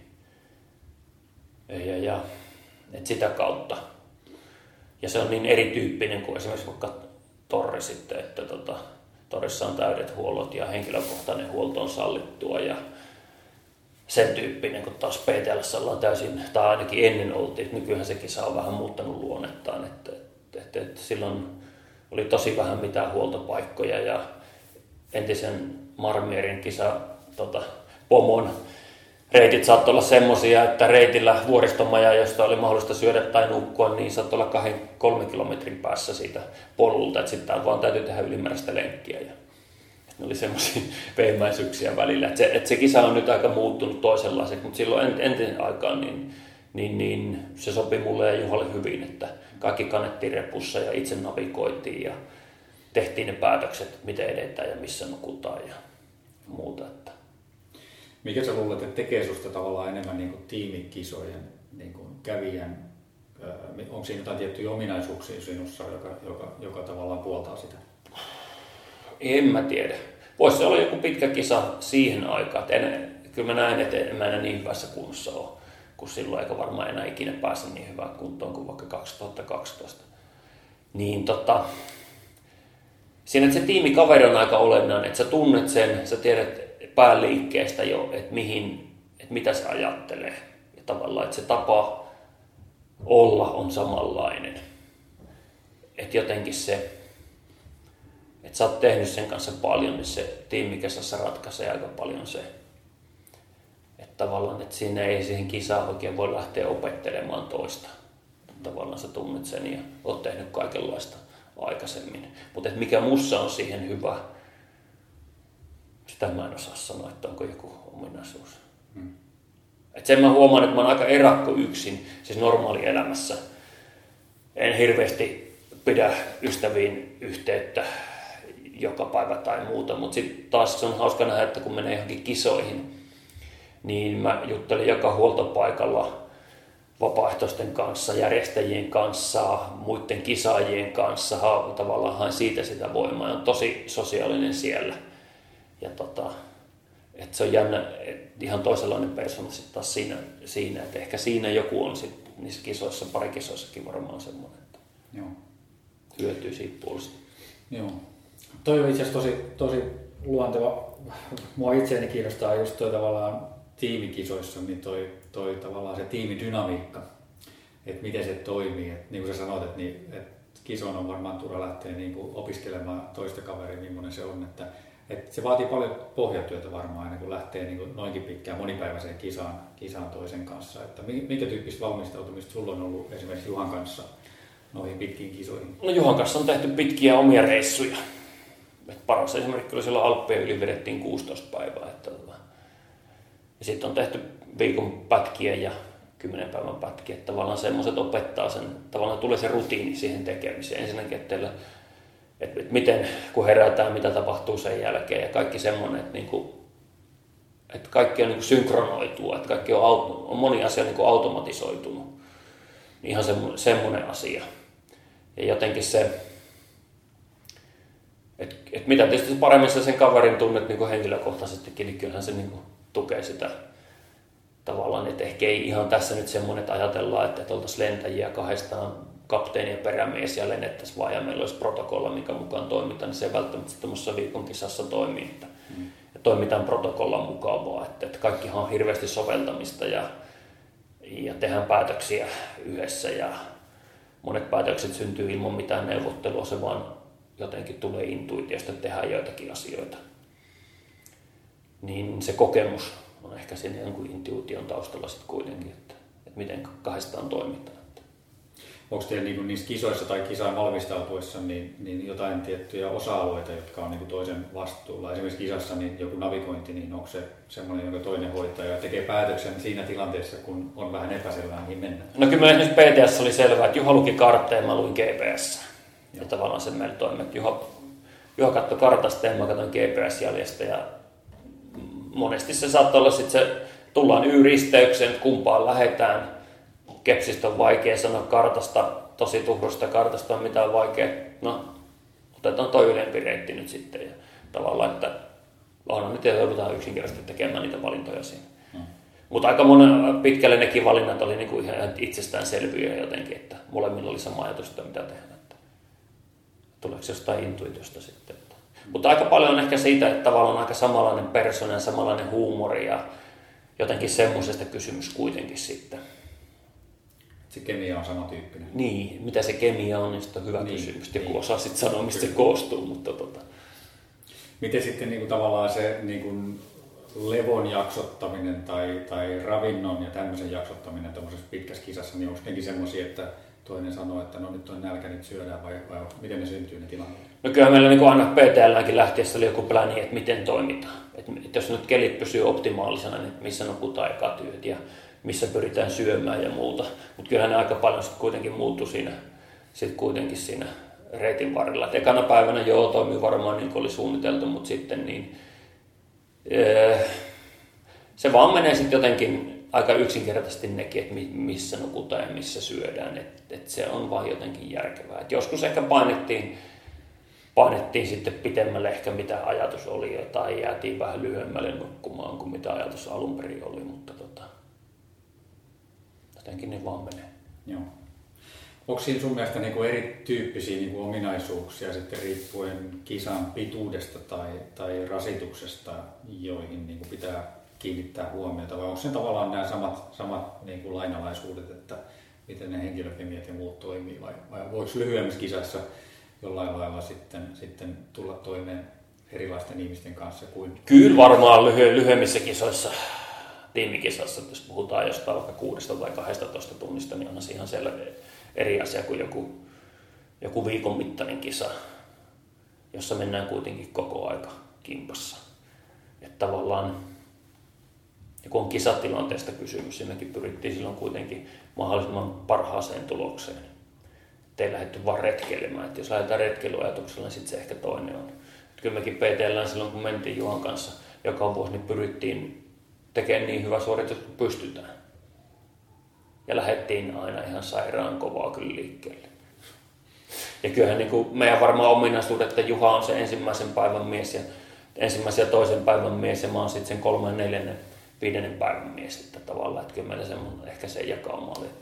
B: Ja et sitä kautta. Ja se on niin erityyppinen kuin esimerkiksi vaikka torri sitten, että torissa on täydet huollot ja henkilökohtainen huolto on sallittua ja sen tyyppinen, kun taas PTL:ssä ollaan täysin, tai ainakin ennen oltiin, että nykyään se kisa on vähän muuttanut luonnettaan, että silloin oli tosi vähän mitään huoltopaikkoja ja entisen Marmierin kisa pomon reitit saattoi olla semmoisia, että reitillä vuoristomaja, josta oli mahdollista syödä tai nukkua, niin saattoi olla 2-3 kilometrin päässä siitä polulta, että sitten vaan täytyy tehdä ylimääräistä lenkkiä. Ja ne oli semmoisia veimäisyyksiä välillä. Että se kisa on nyt aika muuttunut toisenlaiseksi, mutta silloin entisen aikaan niin se sopi mulle ja Juhalle hyvin, että kaikki kannettiin repussa ja itse navigoitiin ja tehtiin ne päätökset, miten edetään ja missä nukutaan ja muuta.
A: Mikä sä luulet, että tekee susta tavallaan enemmän niin kuin tiimikisojen niin kuin kävijän? Onko siinä jotain tiettyjä ominaisuuksia sinussa, joka tavallaan puoltaa sitä?
B: En mä tiedä. Voisi se olla joku pitkä kisa siihen aikaan. Kyllä mä näen, että en mä enää niin hyvässä kunnossa ole, kun silloin eikä varmaan enää ikinä pääse niin hyvään kuntoon kuin vaikka 2012. Niin siinä, että se tiimikaveri on aika olennainen, että sä tunnet sen, sä tiedät pääliikkeestä jo, että mitä se ajattelee. Ja tavallaan, että se tapa olla on samanlainen. Että jotenkin se, että sä oot tehnyt sen kanssa paljon, niin se tiimikesassa ratkaisee aika paljon se. Että tavallaan, että siinä ei siihen kisaan oikein voi lähteä opettelemaan toista. Tavallaan sä tunnet sen ja oot tehnyt kaikenlaista aikaisemmin. Mutta mikä mussa on siihen hyvä, sitä mä en osaa sanoa, että onko joku ominaisuus. Et sen mä huomaan, että mä oon aika erakko yksin, siis normaalielämässä. En hirveästi pidä ystäviin yhteyttä joka päivä tai muuta, mutta sitten taas se on hauska nähdä, että kun menee johonkin kisoihin, niin mä juttelen joka huoltopaikalla vapaaehtoisten kanssa, järjestäjien kanssa, muiden kisaajien kanssa, tavallaan haen siitä sitä voimaa ja on tosi sosiaalinen siellä. Ja että se on jännä, että ihan toisenlainen persona sitten taas siinä, että ehkä siinä joku on sitten niissä kisoissa, parikisoissakin varmaan semmoinen, että
A: Joo.
B: hyötyy siitä puolesta.
A: Joo. Toi on itse asiassa tosi luonteva. Mua itseäni kiinnostaa just toi tavallaan tiimikisoissa, niin toi tavallaan se tiimidynamiikka, että miten se toimii. Et niin kuin sä sanoit, että kisoon on varmaan turha lähteä niin kuin opiskelemaan toista kaveria, millainen se on. Että se vaatii paljon pohjatyötä varmaan ennen kuin lähtee niin kuin noinkin pitkään monipäiväiseen kisaan toisen kanssa. Että minkä tyyppistä valmistautumista sulla on ollut esimerkiksi Juhan kanssa noihin pitkiin kisoihin?
B: No Juhan kanssa on tehty pitkiä omia reissuja. Et paras esimerkiksi oli silloin Alppien yli vedettiin 16 päivää. Ja sitten on tehty viikon pätkiä ja 10 päivän pätkiä. Että tavallaan semmoiset opettaa sen, tavallaan tulee se rutiini siihen tekemiseen. Ensinnäkin, että miten kun herätään, mitä tapahtuu sen jälkeen ja kaikki semmoinen, että kaikki on niin kuin synkronoitua, että kaikki on moni asia niin kuin automatisoitunut. Ihan semmoinen asia. Ja jotenkin se, että mitä tietysti paremmin sen kaverin tunnet niin kuin henkilökohtaisestikin, niin kyllähän se niin kuin tukee sitä tavallaan, että ehkä ei ihan tässä nyt semmoinen, että ajatellaan, että oltaisiin lentäjiä kahdestaan, kapteeni ja perämies ja lennettäisiin vaan ja meillä olisi protokolla, mikä mukaan toimitaan, niin se ei välttämättä tuossa viikon kisassa toimii, että toimitaan protokollan mukaan vaan, että kaikkihan on hirveästi soveltamista ja tehdään päätöksiä yhdessä ja monet päätökset syntyy ilman mitään neuvottelua, se vaan jotenkin tulee intuitiosta, että tehdään joitakin asioita. Niin se kokemus on ehkä siinä jonkun intuition taustalla sitten kuitenkin, että miten kahdestaan toimitaan.
A: Onko teillä niin niissä kisoissa tai kisaan valmistautuessa niin jotain tiettyjä osa-alueita, jotka on niin toisen vastuulla? Esimerkiksi kisassa niin joku navigointi, niin onko se semmoinen, jonka toinen hoitaa ja tekee päätöksen siinä tilanteessa, kun on vähän epäselvää, niin mennään?
B: No kyllä esimerkiksi PTS oli selvää, että Juha luki kartteja ja mä luin GPS. Ja tavallaan se meillä toimi, että Juha katsoi kartasta ja mä katsoin GPS-jäljestä. Ja monesti se saattaa olla sitten se, tullaan Y-risteykseen, kumpaan lähdetään. Kepsistä on vaikea sanoa kartasta, tosi tuhdosta kartasta on mitään vaikea. No, otetaan toi ylempi reitti nyt sitten. Ja tavallaan, että onhan nyt joudutaan yksinkertaisesti tekemään niitä valintoja siinä. Mutta aika pitkälle nekin valinnat oli niinku ihan itsestäänselviä jotenkin, että molemmilla oli sama ajatus, että mitä tehdään. Tuleeko jostain intuitiosta sitten. Mutta aika paljon on ehkä siitä, että tavallaan on aika samanlainen persona ja samanlainen huumori ja jotenkin semmoisesta kysymys kuitenkin sitten.
A: Se kemia on samantyyppinen.
B: Niin, mitä se kemia on, niin sitten on hyvä kysymys. Joku osaa sitten sanoa, mistä se koostuu. Mutta
A: Miten sitten niin kuin tavallaan se niin kuin levon jaksottaminen tai ravinnon ja tämmöisen jaksottaminen tuollaisessa pitkässä kisassa, niin onko nekin semmoisia, että toinen sanoo, että no nyt on nälkä, nyt syödään vai miten ne syntyy ne tilanteet?
B: No kyllä meillä niin aina PTL:nkin lähtiessä oli joku pläni, että miten toimitaan. Että jos nyt kelit pysyy optimaalisena, niin missä nukutaan ekat yöt ja missä pyritään syömään ja muuta. Mutta kyllähän ne aika paljon sitten kuitenkin muuttui siinä reitin varrella. Et ekana päivänä toimii varmaan niin kuin oli suunniteltu, mutta sitten niin, se vaan menee sitten jotenkin aika yksinkertaisesti nekin, että missä nukutaan ja missä syödään. Et se on vaan jotenkin järkevää. Et joskus ehkä painettiin sitten pitemmälle ehkä mitä ajatus oli tai jäätiin vähän lyhyemmälle nukkumaan kuin mitä ajatus alun perin oli, mutta jotenkin ne vaan menee.
A: Joo. Onko siinä sun mielestä niin kuin erityyppisiä niin kuin ominaisuuksia sitten riippuen kisan pituudesta tai rasituksesta, joihin niin kuin pitää kiinnittää huomiota, vai onko se tavallaan nämä samat niin kuin lainalaisuudet, että miten ne henkilökemiat ja muut toimii, vai voiko lyhyemmässä kisassa jollain lailla sitten tulla toimeen erilaisten ihmisten kanssa kuin...
B: Kyllä varmaan lyhyemmissä kisoissa, tiimikisassa, jos puhutaan jostain vaikka 6 tai 12 tunnista, niin on se ihan selvä eri asia kuin joku viikon mittainen kisa, jossa mennään kuitenkin koko aika kimpassa. Että tavallaan, ja kun on kisatilanteesta kysymys, niin mekin pyrittiin silloin kuitenkin mahdollisimman parhaaseen tulokseen. Että ei lähdetty vaan retkeilemään. Että jos lähdetään retkeilyajatuksella, niin sitten se ehkä toinen on. Että kyllä mekin PTL:ään silloin, kun mentiin Juhan kanssa joka vuosi, niin pyrittiin tekemään niin hyvä suoritus kuin pystytään. Ja lähdettiin aina ihan sairaan kovaa kyllä liikkeelle. Ja kyllähän niin kuin meidän varmaan ominaisuudet, että Juha on se ensimmäisen päivän mies ja ensimmäisen ja toisen päivän mies ja mä oon sitten sen 3., 4., 5. päivän mies. Että tavallaan, että kyllä meillä ehkä se jakauma oli.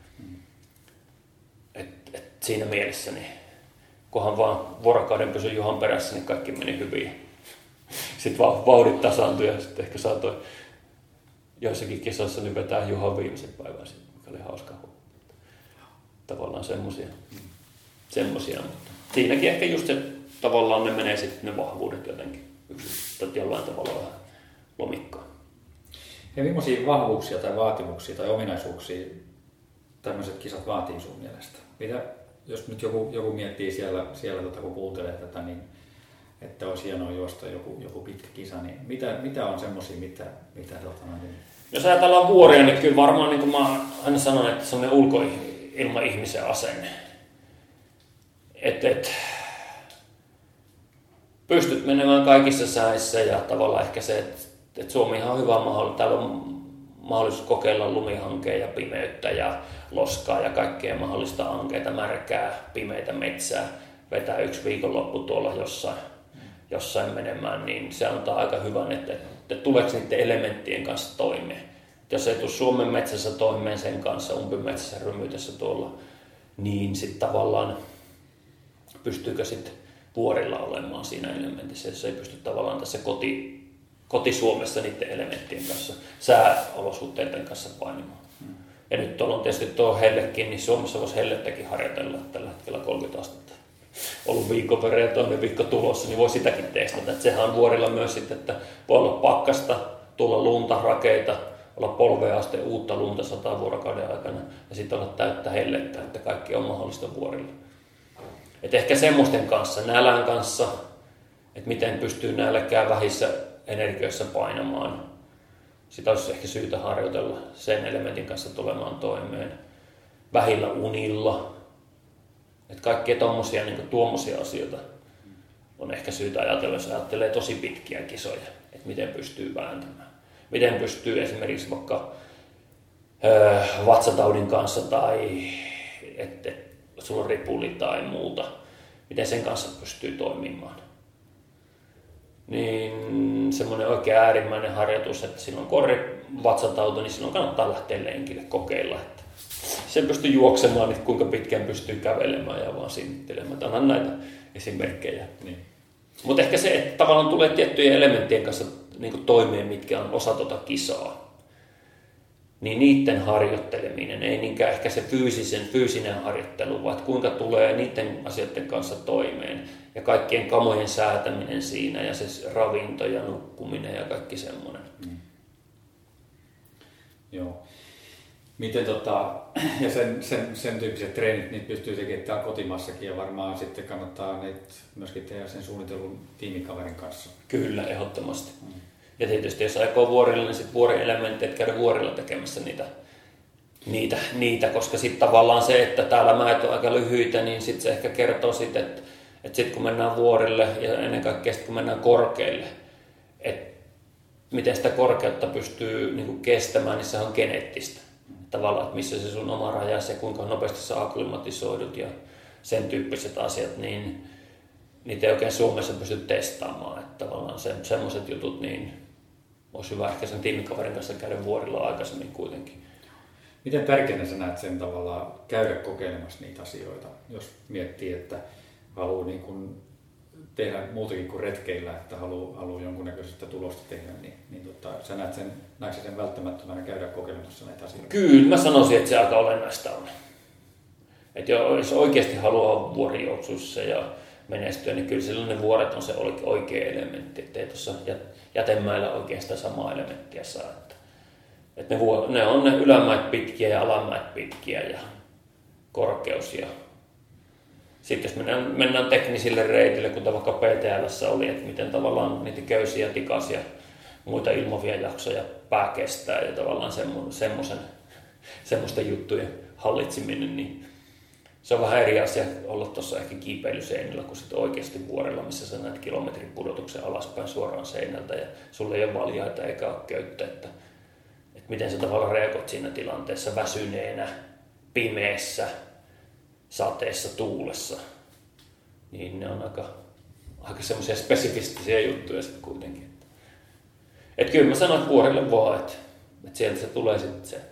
B: Että siinä mielessä, niin kunhan vaan vuorokauden pysyi Juhan perässä, niin kaikki meni hyvin. Sitten vauhdit tasaantui ja sitten ehkä saatoi joissakin kisoissa niin vetää Juhan viimeisen päivän, mikä oli hauska. Tavallaan semmosia. Mutta siinäkin ehkä just se, tavallaan ne menee sitten ne vahvuudet jotenkin jollain tavalla vähän lomikkaan.
A: Ja millaisia vahvuuksia tai vaatimuksia tai ominaisuuksia tämmöiset kisat vaatii sun mielestä? Mitä, jos nyt joku miettii siellä kun kuuntelee tätä, niin että olisi hienoa juosta joku pitkä kisa, niin mitä on semmoisia, mitä niin...
B: Jos ajatellaan vuoria, niin kyllä varmaan niin kuin mä aina sanon, että se on ulkoilma ihmisen asenne. Et pystyt menemään kaikissa säissä ja tavallaan ehkä se, että Suomi on ihan hyvä mahdollisuus. Täällä on mahdollisuus kokeilla lumihankea ja pimeyttä ja loskaa ja kaikkea mahdollista ankeita, märkää, pimeitä metsää. Vetää 1 viikonloppu tuolla jossain menemään, niin se antaa aika hyvän, että tuleeko niiden elementtien kanssa toimeen. Jos ei tule Suomen metsässä toimeen sen kanssa, umpimetsässä, rymytessä tuolla, niin sitten tavallaan pystyykö sitten vuorilla olemaan siinä elementissä, jos ei pysty tavallaan tässä koti-Suomessa niiden elementtien kanssa, sääolosuhteiden kanssa painimaan. Ja nyt tuolla on tietysti tuo hellekin, niin Suomessa voisi hellettäkin harjoitella tällä hetkellä 30 astetta. Ollut viikon verran ja toinen viikko tulossa, niin voi sitäkin testata. Että sehän on vuorilla myös sitten, että voi olla pakkasta, tulla lunta, rakeita, olla polvea asti uutta lunta 100 vuorokauden aikana ja sitten olla täyttä hellettä, että kaikki on mahdollista vuorilla. Et ehkä semmoisten kanssa, nälän kanssa, että miten pystyy nälkää vähissä energioissa painamaan. Sitä olisi ehkä syytä harjoitella sen elementin kanssa tulemaan toimeen. Vähillä unilla. Että kaikkia tommosia, niin tuommoisia asioita on ehkä syytä ajatella, jos ajattelee tosi pitkiä kisoja, että miten pystyy vääntämään. Miten pystyy esimerkiksi vaikka vatsataudin kanssa tai että sulla on ripuli tai muuta, miten sen kanssa pystyy toimimaan. Niin semmoinen oikein äärimmäinen harjoitus, että silloin kun on vatsatauti, niin silloin kannattaa lähteä lenkille kokeilla. Että sen pystyy juoksemaan, niin kuinka pitkään pystyy kävelemään ja vaan sinnittelemään. Annan näitä esimerkkejä. Niin. Mutta ehkä se, että tavallaan tulee tiettyjen elementtien kanssa niin toimeen, mitkä on osa tuota kisaa. Niin niiden harjoitteleminen, ei niinkään ehkä se fyysinen harjoittelu, vaan kuinka tulee niiden asioiden kanssa toimeen. Ja kaikkien kamojen säätäminen siinä ja se ravinto ja nukkuminen ja kaikki semmoinen.
A: Joo. Miten ja sen tyyppiset treenit niin pystyy tekemään täällä kotimaassakin ja varmaan sitten kannattaa niitä myöskin tehdä sen suunnitellun tiimikaverin kanssa.
B: Kyllä, ehdottomasti. Ja tietysti jos aikoo vuorilla, niin sitten vuorielementtejä käydä vuorilla tekemässä niitä, koska sitten tavallaan se, että täällä mäet on aika lyhyitä, niin sitten se ehkä kertoo sitten, että sitten kun mennään vuorille ja ennen kaikkea sitten kun mennään korkeille, että miten sitä korkeutta pystyy niin kuin kestämään, niin se on geneettistä. Tavallaan, että missä se sun oma rajasi ja kuinka nopeasti sä akklimatisoidut ja sen tyyppiset asiat, niin niitä ei oikein Suomessa pysty testaamaan. Että tavallaan semmoiset jutut, niin olisi hyvä ehkä sen tiimikaverin kanssa käydä vuorilla aikaisemmin kuitenkin.
A: Miten tärkeänä sä näet sen tavallaan käydä kokeilemassa niitä asioita, jos miettii, että haluaa niin kuin tehdä muutakin kuin retkeillä, että haluaa jonkunnäköistä tulosta tehdä, niin sä näetkö sen välttämättömänä käydä kokeilemassa näitä asioita?
B: Kyllä, mä sanoisin, että se aika olennaista on. Että jos oikeasti haluaa vuorijuoksussa ja menestyä, niin kyllä silloin ne vuoret on se oikea elementti, ettei tuossa jätemäillä oikein sitä samaa elementtiä saa. Että ne on ne ylämäet pitkiä ja alamäet pitkiä ja korkeus. Ja sitten jos mennään teknisille reitille, kuten vaikka PTL:ssä oli, että miten tavallaan niitä köysiä, tikasia, muita ilmovia jaksoja pää kestää ja tavallaan semmoisten juttujen hallitseminen, niin se on vähän eri asia olla tuossa ehkä kiipeilyseinällä kuin sitten oikeasti vuorella, missä sä näet kilometrin pudotuksen alaspäin suoraan seinältä ja sulla ei ole valjaita eikä ole köyttä, että miten sä tavallaan reagoit siinä tilanteessa väsyneenä, pimeässä, sateessa, tuulessa, niin ne on aika semmoisia spesifistisiä juttuja sitten kuitenkin. Että kyllä mä sanon, että vuorille vaan, että sieltä se tulee sitten se.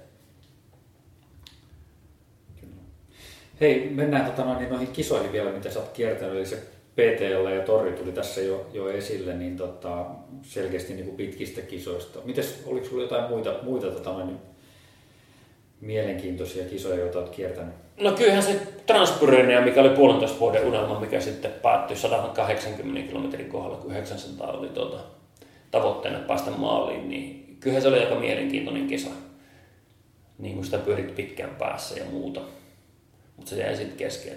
A: Hei, mennään noihin kisoihin vielä, mitä sä oot kiertänyt, eli se PTL ja torri tuli tässä jo esille, niin selkeästi niin kuin pitkistä kisoista. Oliko sulla jotain muita mielenkiintoisia kisoja, joita olet kiertänyt?
B: No kyllähän se Transpyrenea, mikä oli 1,5 vuoden unelma, mikä sitten päättyi 180 kilometrin kohdalla, kun 900 oli tavoitteena päästä maaliin, niin kyllähän se oli aika mielenkiintoinen kisa. Niin kuin sitä pyörit pitkään päässä ja muuta. Mutta se jäi sitten kesken.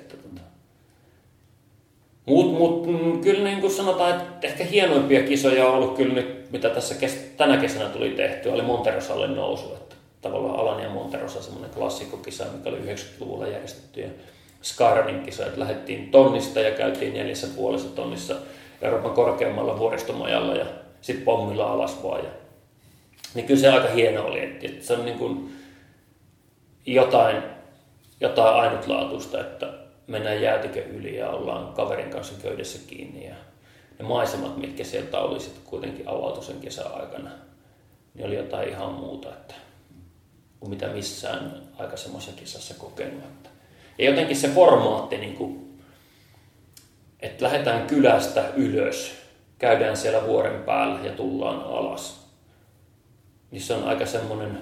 B: Kyllä niin kuin sanotaan, että ehkä hienoimpia kisoja on ollut kyllä nyt, mitä tässä tänä kesänä tuli tehty, oli Monterosalle nousu. Että tavallaan Alanya Monterosa, semmoinen klassikkokisa, mikä oli 90-luvulla järjestetty. Ja Skyrunning kisa, että lähdettiin tonnista ja käytiin 4,5 tonnissa Euroopan korkeammalla vuoristomajalla ja sitten pommilla alas vaan. Niin kyllä se aika hieno oli, että se on niin kuin jotain ainutlaatuista, että mennään jäätikön yli ja ollaan kaverin kanssa köydessä kiinni. Ja ne maisemat, mitkä sieltä oli sitten kuitenkin avautui sen kesän aikana, niin oli jotain ihan muuta, että kuin mitä missään aikaisemmassa kisassa kokenut. Ja jotenkin se formaatti, niin kuin, että lähdetään kylästä ylös, käydään siellä vuoren päällä ja tullaan alas, niin se on aika semmoinen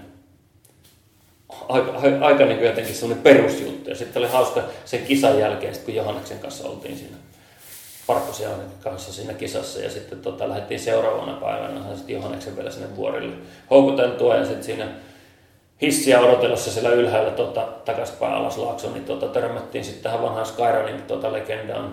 B: aika niin kuin jotenkin semmoinen perusjuttu. Ja sitten oli hauska sen kisan jälkeen, kun Johanneksen kanssa oltiin siinä Parkkosen kanssa siinä kisassa. Ja sitten lähdettiin seuraavana päivänä sitten Johanneksen vielä sinne vuorille houkuteltua. Ja sitten siinä hissiä odotellessa siellä ylhäällä takaspäin alas laaksoon, niin törmättiin sitten tähän vanhaan Skyrunning legendaan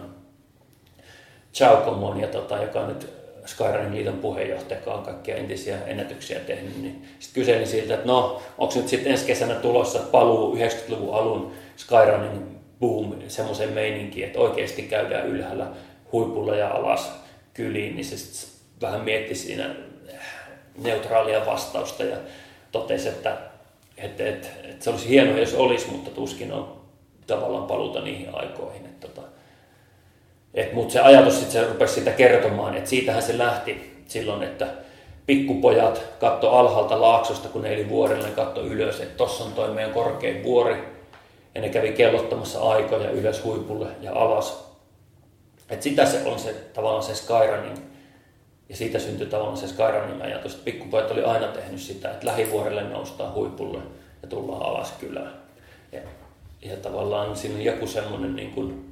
B: Chaukomon, joka on nyt Skyrunning liiton puheenjohtaja, joka on kaikkia entisiä ennätyksiä tehnyt, niin sitten kyselin siltä, että no, onko nyt sitten ensi kesänä tulossa paluu 90-luvun alun Skyrunning boom semmoiseen meininkiin, että oikeasti käydään ylhäällä huipulla ja alas kyliin, niin se sitten vähän mietti siinä neutraalia vastausta ja totesi, että se olisi hienoa, jos olisi, mutta tuskin on tavallaan paluuta niihin aikoihin. Mutta se ajatus sitten se rupesi sitä kertomaan, että siitähän se lähti silloin, että pikkupojat katto alhaalta laaksosta, kun ne eli vuorilla, ne katto ylös, että tossa on toi meidän korkein vuori, ja ne kävi kellottamassa aikoja ylös huipulle ja alas. Että sitä se on se tavallaan se Skyrunning, ja siitä syntyi tavallaan se Skyrunning ajatus, että pikkupojat oli aina tehnyt sitä, että lähivuorelle noustaan huipulle ja tullaan alas kylään. Ja tavallaan siinä on joku semmoinen niin kuin,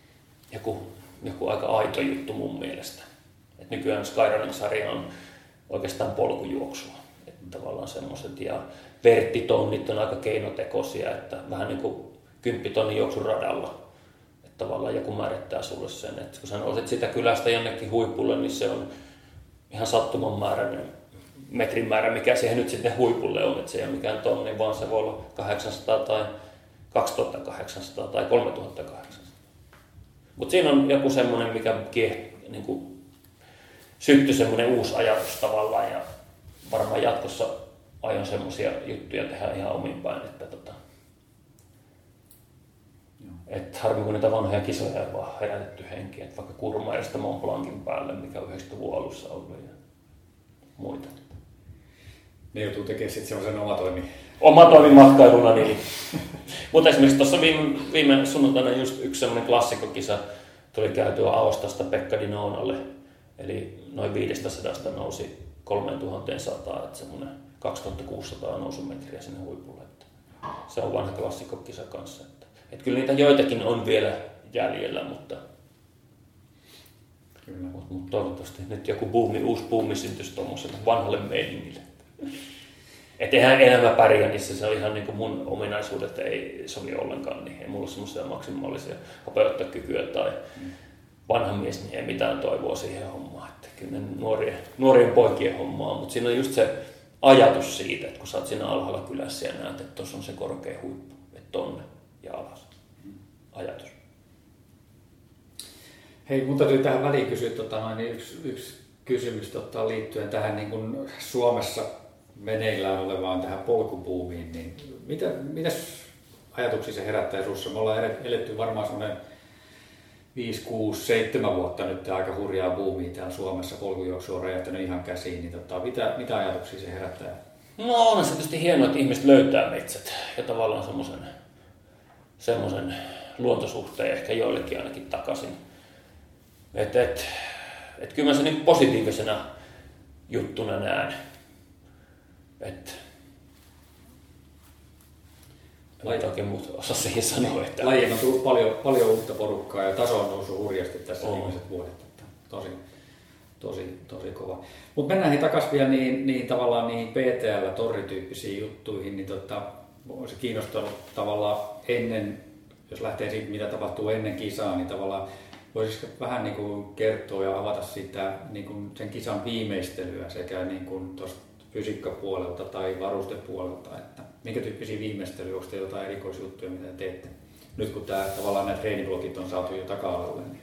B: joku aika aito juttu mun mielestä. Et nykyään Skyrunning-sarja on oikeastaan polkujuoksua. Että tavallaan semmoiset ja verttitonnit on aika keinotekoisia, että vähän niin kuin 10 tonnin juoksuradalla. Että tavallaan joku määrittää sulle sen, että kun sä nouset sitä kylästä jonnekin huipulle, niin se on ihan sattumanmääräinen metrin määrä, mikä siihen nyt sitten huipulle on. Että se ei ole mikään tonni, vaan se voi olla 800 tai 2800 tai 3800. Mutta siinä on joku semmoinen, mikä niin syttyi semmoinen uusi ajatus tavallaan ja varmaan jatkossa aion semmoisia juttuja tehdä ihan omin päin. Että harmi kun niitä vanhoja kisoja ei vaan herätetty henkiä, että vaikka Kurmairista Mont Blancin päälle, mikä on 90-luvun alussa ollut ja muita.
A: Ne joutuu tekemään sitten semmoisen
B: omatoimimatkailuna. Niin. Mutta esimerkiksi tuossa viime sunnuntaina just yksi semmoinen klassikkokisa tuli käytyä Aostasta Pekka Dinonalle. Eli noin 500 nousi 3100, että semmoinen 2600 nousumetriä sinne huipulle. Että se on vanha klassikkokisa kanssa. Että kyllä niitä joitakin on vielä jäljellä, mutta toivottavasti nyt joku uusi buumi syntyisi tuommoiselle vanhalle meiningille. Että eihän mä pärjää niissä, se on ihan niin kuin mun ominaisuudet ei sovi ollenkaan, niin ei mulla ole semmoisia maksimaalisia hopeuttakykyä tai vanha mies, niin ei mitään toivoa siihen hommaan. Että kyllä nuorien poikien hommaa, mutta siinä on just se ajatus siitä, että kun sä oot siinä alhaalla kylässä ja näet, että tuossa on se korkea huippu, että tonne ja alas. Ajatus.
A: Hei, mun täytyy tähän väliin kysyä yksi kysymys liittyen tähän niin kuin Suomessa meneillään olevaan tähän polkubuumiin, niin mitäs ajatuksia se herättää sinussa? Me ollaan eletty varmaan semmoinen 5, 6, 7 vuotta nyt aika hurjaa buumia täällä Suomessa. Polkujuoksu on räjähtänyt ihan käsiin. Niin mitä ajatuksia se herättää?
B: No on se tietysti hienoa, että ihmiset löytää metsät ja tavallaan semmoisen luontosuhteen ehkä joillekin ainakin takaisin. Et kyllä mä sen niin positiivisena juttuna näen. Mä oikein muuta osaa siihen sanoa.
A: Lajien on tullut paljon uutta porukkaa ja taso on noussut hurjasti tässä viimeiset vuodet. Tosi kova. Mutta mennään takaisin vielä tavallaan niihin PTL-torrityyppisiin juttuihin. Niin olisi kiinnostanut tavallaan ennen, jos lähtee siitä mitä tapahtuu ennen kisaa, niin tavallaan voisiko vähän niin kuin kertoa ja avata sitä niin kuin sen kisan viimeistelyä sekä niin kuin tuosta fysiikkapuolelta tai varustepuolelta, että minkä tyyppisiä viimeistelyjä, onko teillä jotain erikoisjuttuja, mitä teette? Nyt kun tavallaan nämä treeniblogit on saatu jo taka-alalle. Niin...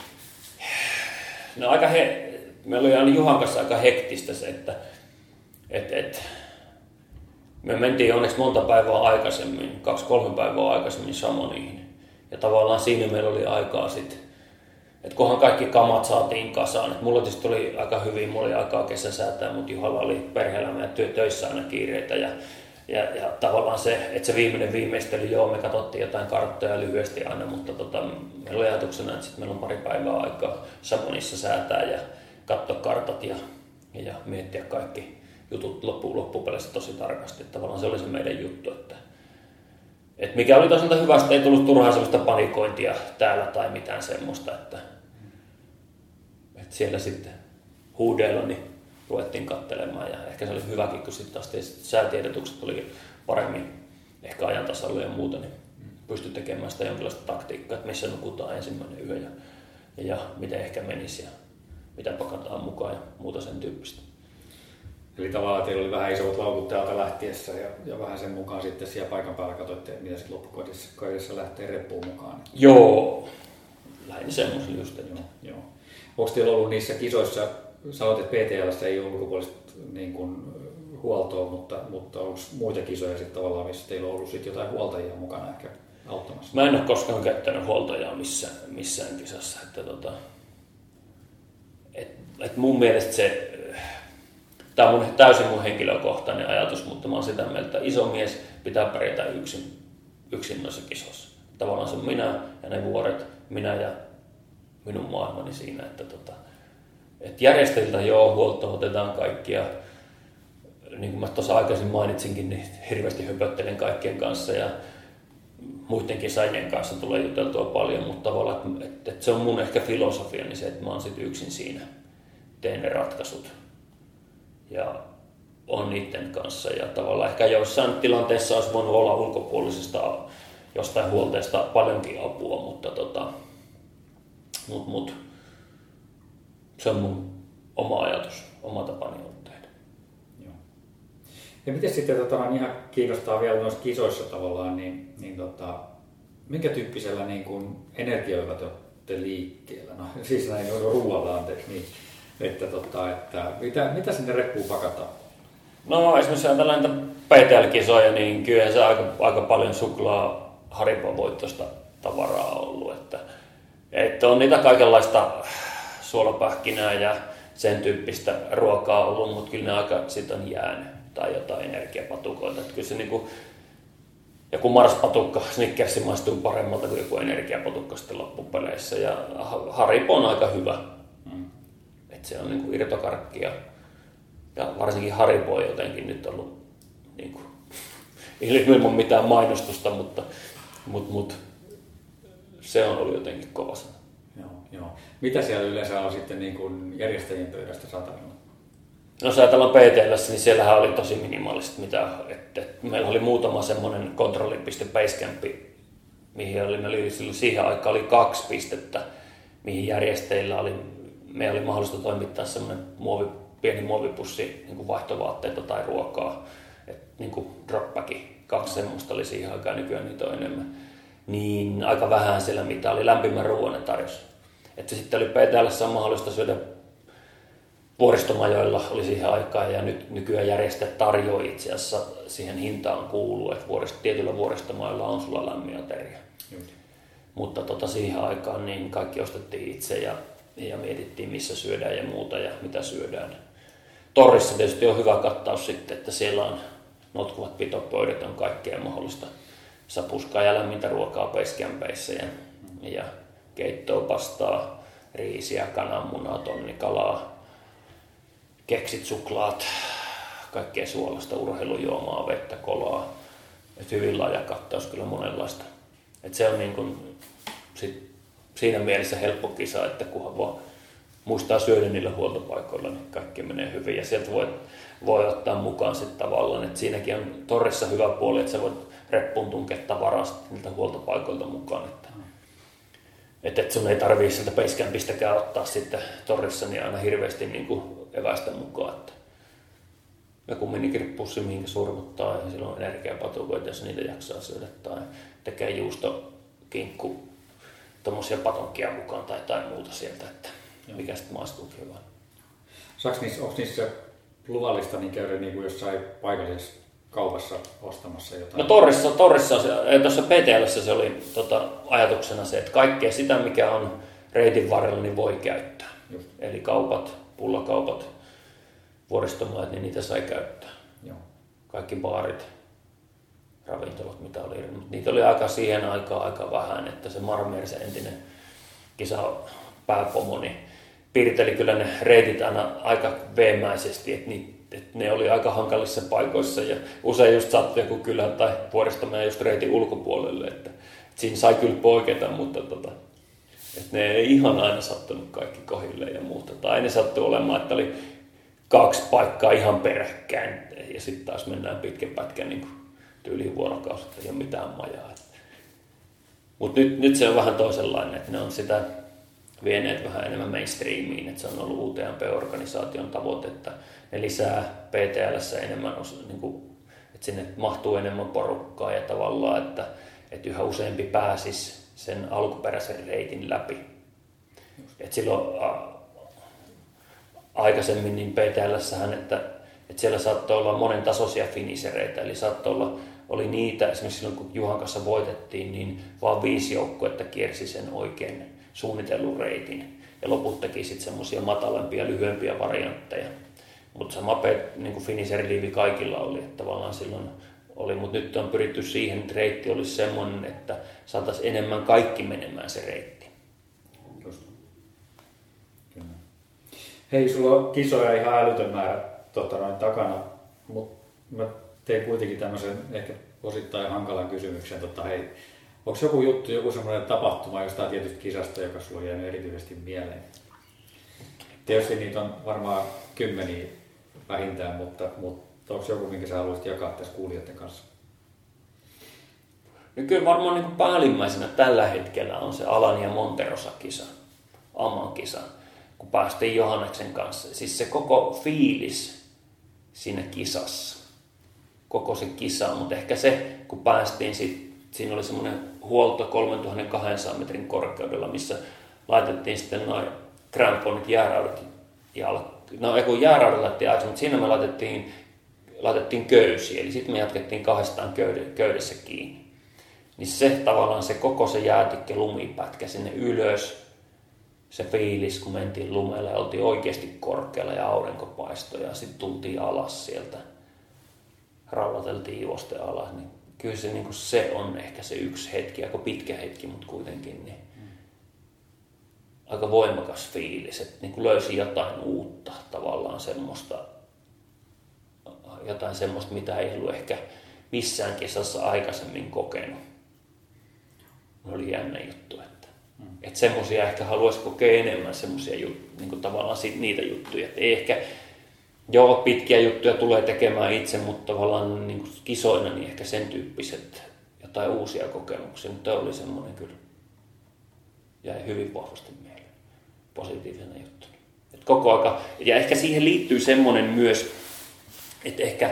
B: No meillä oli aina Juhan kanssa aika hektistä se, että me mentiin onneksi monta päivää aikaisemmin, 2-3 päivää aikaisemmin Chamoniin. Ja tavallaan siinä meillä oli aikaa sitten, että kunhan kaikki kamat saatiin kasaan. Et mulla tietysti oli aika hyvin, mulla oli aikaa kesäsäätää, mutta Juhalla oli perhe-elämä ja töissä aina kiireitä. Ja tavallaan se, että se viimeistely, me katsottiin jotain karttoja lyhyesti aina, mutta meillä oli ajatuksena, että sitten meillä on pari päivää aikaa Chamonixissa säätää ja katsoa kartat ja miettiä kaikki jutut loppupeleissä tosi tarkasti. Että tavallaan se oli se meidän juttu, että mikä oli toisaalta hyvä, että ei tullut turhaa sellaista panikointia täällä tai mitään semmoista, että siellä sitten huudeilla niin ruvettiin katselemaan ja ehkä se oli hyväkin, kun sitten taas säätiedotukset oli paremmin ehkä ajan tasalla ja muuta, niin pystyi tekemään sitä jonkinlaista taktiikkaa, että missä nukutaan ensimmäinen yö ja miten ehkä menisi ja mitä pakataan mukaan ja muuta sen tyyppistä.
A: Eli tavallaan teillä oli vähän isot laukut täältä lähtiessä ja vähän sen mukaan sitten siellä paikan päällä katsoitte, mitä sitten loppukohdissa lähtee reppuun mukaan.
B: Joo, lähinnä semmoisella just.
A: Joo. Onko teillä ollut niissä kisoissa, sanoit, että PTL:ssä ei ole ulkopuolista niin kuin huoltoa, mutta onko muita kisoja sitten tavallaan, missä teillä on ollut sitten jotain huoltajia mukana ehkä auttamassa?
B: Mä en ole koskaan käyttänyt huoltajaa missään kisassa. Että mun mielestä tämä on täysin mun henkilökohtainen ajatus, mutta mä oon sitä mieltä, että iso mies pitää pärjätä yksin noissa kisoissa. Tavallaan se on minä ja ne vuoret, minä ja minun maailmani siinä, että järjestäjiltä huoltoa otetaan kaikkia. Niin kuin mä tuossa aikaisin mainitsinkin, niin hirveästi höpöttelen kaikkien kanssa ja muiden kisaajien kanssa tulee juteltua paljon, mutta tavallaan, että se on mun ehkä filosofia, niin se, että mä oon sitten yksin siinä, teen ne ratkaisut ja on niiden kanssa. Ja tavallaan ehkä jossain tilanteessa olisi voinut olla ulkopuolisesta jostain huolteesta paljonkin apua, mutta se on mun oma ajatus, oma tapani tehdä.
A: Joo. Ja miten sitten ihan kiinnostaa vielä noissa kisoissa tavallaan, minkä tyyppisellä niin kuin energioilla te olette liikkeellä? No siis näin ruualla anteeksi, niin, että mitä sinne reppuun pakataan?
B: No esimerkiksi on tällainen PTL-kisoja, niin kyllä se aika paljon suklaa Haribo-voittoista tavaraa ollut, että on niitä kaikenlaista suolapähkinää ja sen tyyppistä ruokaa ollut, mutta kyllä ne aika sitten on jäänyt tai jotain energiapatukoita. Että kyllä se niinku, joku Mars-patukka, Snickersi maistuu paremmalta kuin joku energiapatukka sitten loppupeleissä ja Haribo on aika hyvä. Että se on niinku irtokarkkia ja varsinkin Haribo on jotenkin nyt ollut niinku, ilman mitään mainostusta, mutta se on ollut jotenkin kova sana.
A: Joo. Mitä siellä yleensä on sitten niin kuin järjestäjien pöydästä saatavilla?
B: No jos ajatellaan PTL:ssä, niin siellähän oli tosi minimaalista. Meillä oli muutama semmoinen kontrollipiste Basecamp, mihin oli siihen aikaan oli 2 pistettä, mihin järjestäjillä meillä oli mahdollista toimittaa semmoinen pieni muovipussi niin kuin vaihtovaatteita tai ruokaa. Niin kuin dropbagi, 2 semmoista oli siihen aikaan, nykyään niitä on enemmän. Niin aika vähän siellä mitä oli lämpimän ruoan tarjosi. Että sitten oli PTL:ssä mahdollista syödä vuoristomajoilla oli siihen aikaan ja nykyään järjestäjät tarjoaa itse asiassa siihen hintaan kuuluu, että tietyllä vuoristomailla on sulla lämmin ateria. Mutta siihen aikaan niin kaikki ostettiin itse ja mietittiin missä syödään ja muuta ja mitä syödään. Torrissa tietysti on hyvä kattaus sitten, että siellä on notkuvat pitopöydät, on kaikkea mahdollista sapuskaa ja lämmintä ruokaa basecampeissa ja keittoa, pastaa, riisiä, kananmunaa, tonnikalaa, keksit, suklaat, kaikkea suolasta, urheilujuomaa, vettä, kolaa. Et hyvin laaja kattaus kyllä monenlaista. Et se on niin kun siinä mielessä helppo kisa, että kunhan vaan muistaa syödä niillä huoltopaikoilla, niin kaikki menee hyvin. Ja sieltä voi ottaa mukaan sitten tavallaan, että siinäkin on torrissa hyvä puoli, että sä voit reppuun tunkea tavaraa niiltä huoltopaikoilta mukaan. Että sun ei tarvii sieltä basecampistäkään ottaa sitten torrissa niin aina hirveästi niin kuin evästä mukaan. Että joku minikirppussi, mihinkä survottaa ja silloin energiapatukoita, jos niitä jaksaa syödä. Tai tekee juustokinkku, tommosia patonkia mukaan tai jotain muuta sieltä, että mikä sitten maistuukin hyvää.
A: Onko niissä luvallista niin käydä niin kuin jossain paikallisessa kaupassa ostamassa jotain?
B: No torrissa tuossa PTL:ssä se oli ajatuksena se, että kaikkea sitä, mikä on reitin varrella, niin voi käyttää.
A: Just.
B: Eli kaupat, pullakaupat, vuoristomaat, niin niitä sai käyttää.
A: Joo.
B: Kaikki baarit, ravintolat, mitä oli. Mutta niitä oli siihen aikaan aika vähän, että se Marmer, se entinen kisapääpomo, niin piirteli kyllä ne reitit aina aika veemäisesti, että ne oli aika hankalissa paikoissa ja usein just sattui joku kylän tai vuoristomaan just reitin ulkopuolelle, että siinä sai kyllä poiketa, mutta että ne ei ihan aina sattunut kaikki kohdilleen ja muuta. Tai ne sattui olemaan, että oli 2 paikkaa ihan peräkkäin ja sitten taas mennään pitkän pätkän niin tyyliin vuorokausi, että ei ole mitään majaa. Mutta nyt se on vähän toisenlainen, että ne on sitä vieneet vähän enemmän mainstreamiin, että se on ollut UTMP-organisaation tavoite, että ne lisää PTL:ssä enemmän, niin kuin, että sinne mahtuu enemmän porukkaa ja tavallaan, että yhä useampi pääsisi sen alkuperäisen reitin läpi. Et silloin aikaisemmin niin PTL:ssähän, että siellä saattoi olla monen tasoisia finishereitä, eli oli niitä, esimerkiksi silloin kun Juhan kanssa voitettiin, niin vaan 5 joukkuetta kiersi sen oikein suunnitellun reitin ja loput teki sitten semmoisia matalampia, lyhyempiä variantteja. Mutta sama niin finisher-liivi kaikilla oli, että tavallaan silloin oli, mutta nyt on pyritty siihen, että reitti olisi semmoinen, että saataisiin enemmän kaikki menemään se reitti.
A: Just. Kyllä. Hei, sulla on kisoja ihan älytön määrä takana, mutta mä tein kuitenkin tämmöisen ehkä osittain hankalan kysymyksen. Hei, onko joku juttu, joku semmoinen tapahtuma jostain tietystä kisasta, joka sulla on jäänyt erityisesti mieleen? Tietysti niitä on varmaan 10 vähintään, mutta onko joku, minkä sä haluaisit jakaa tässä kuulijoiden kanssa?
B: No kyllä varmaan niin kuin päällimmäisenä tällä hetkellä on se Alani ja Monterosa-kisa, Aman-kisa, kun päästiin Johanneksen kanssa. Siis se koko fiilis siinä kisassa, koko se kisa, mutta ehkä se, kun päästiin siinä oli semmoinen huolto 3200 metrin korkeudella, missä laitettiin sitten noin kramponit jääraudet jääraudet laitettiin aikaisemmin, mutta siinä me laitettiin köysiä, eli sitten me jatkettiin 200 köydessä kiinni. Niin se tavallaan se koko se jäätikkö lumipätkä sinne ylös, se fiilis, kun mentiin lumella ja oltiin oikeasti korkealla ja aurinko paistoi ja sitten tultiin alas sieltä, rallateltiin juoste alas, niin kyllä se, niin se on ehkä se yksi hetki, aika pitkä hetki, mutta kuitenkin niin aika voimakas fiilis, että niin löysi jotain uutta tavallaan jotain semmoista, mitä ei ollut ehkä missään kisassa aikaisemmin kokenut. Oli jännä juttu, että semmoisia ehkä haluaisi kokea enemmän semmoisia niin tavallaan niitä juttuja, että ei ehkä pitkiä juttuja tulee tekemään itse, mutta tavallaan niin kisoina niin ehkä sen tyyppiset jotain uusia kokemuksia, mutta oli semmoinen kyllä jäi hyvin vahvasti mieleen, positiivisena juttuna. Et koko aika, ja ehkä siihen liittyy semmoinen myös, että ehkä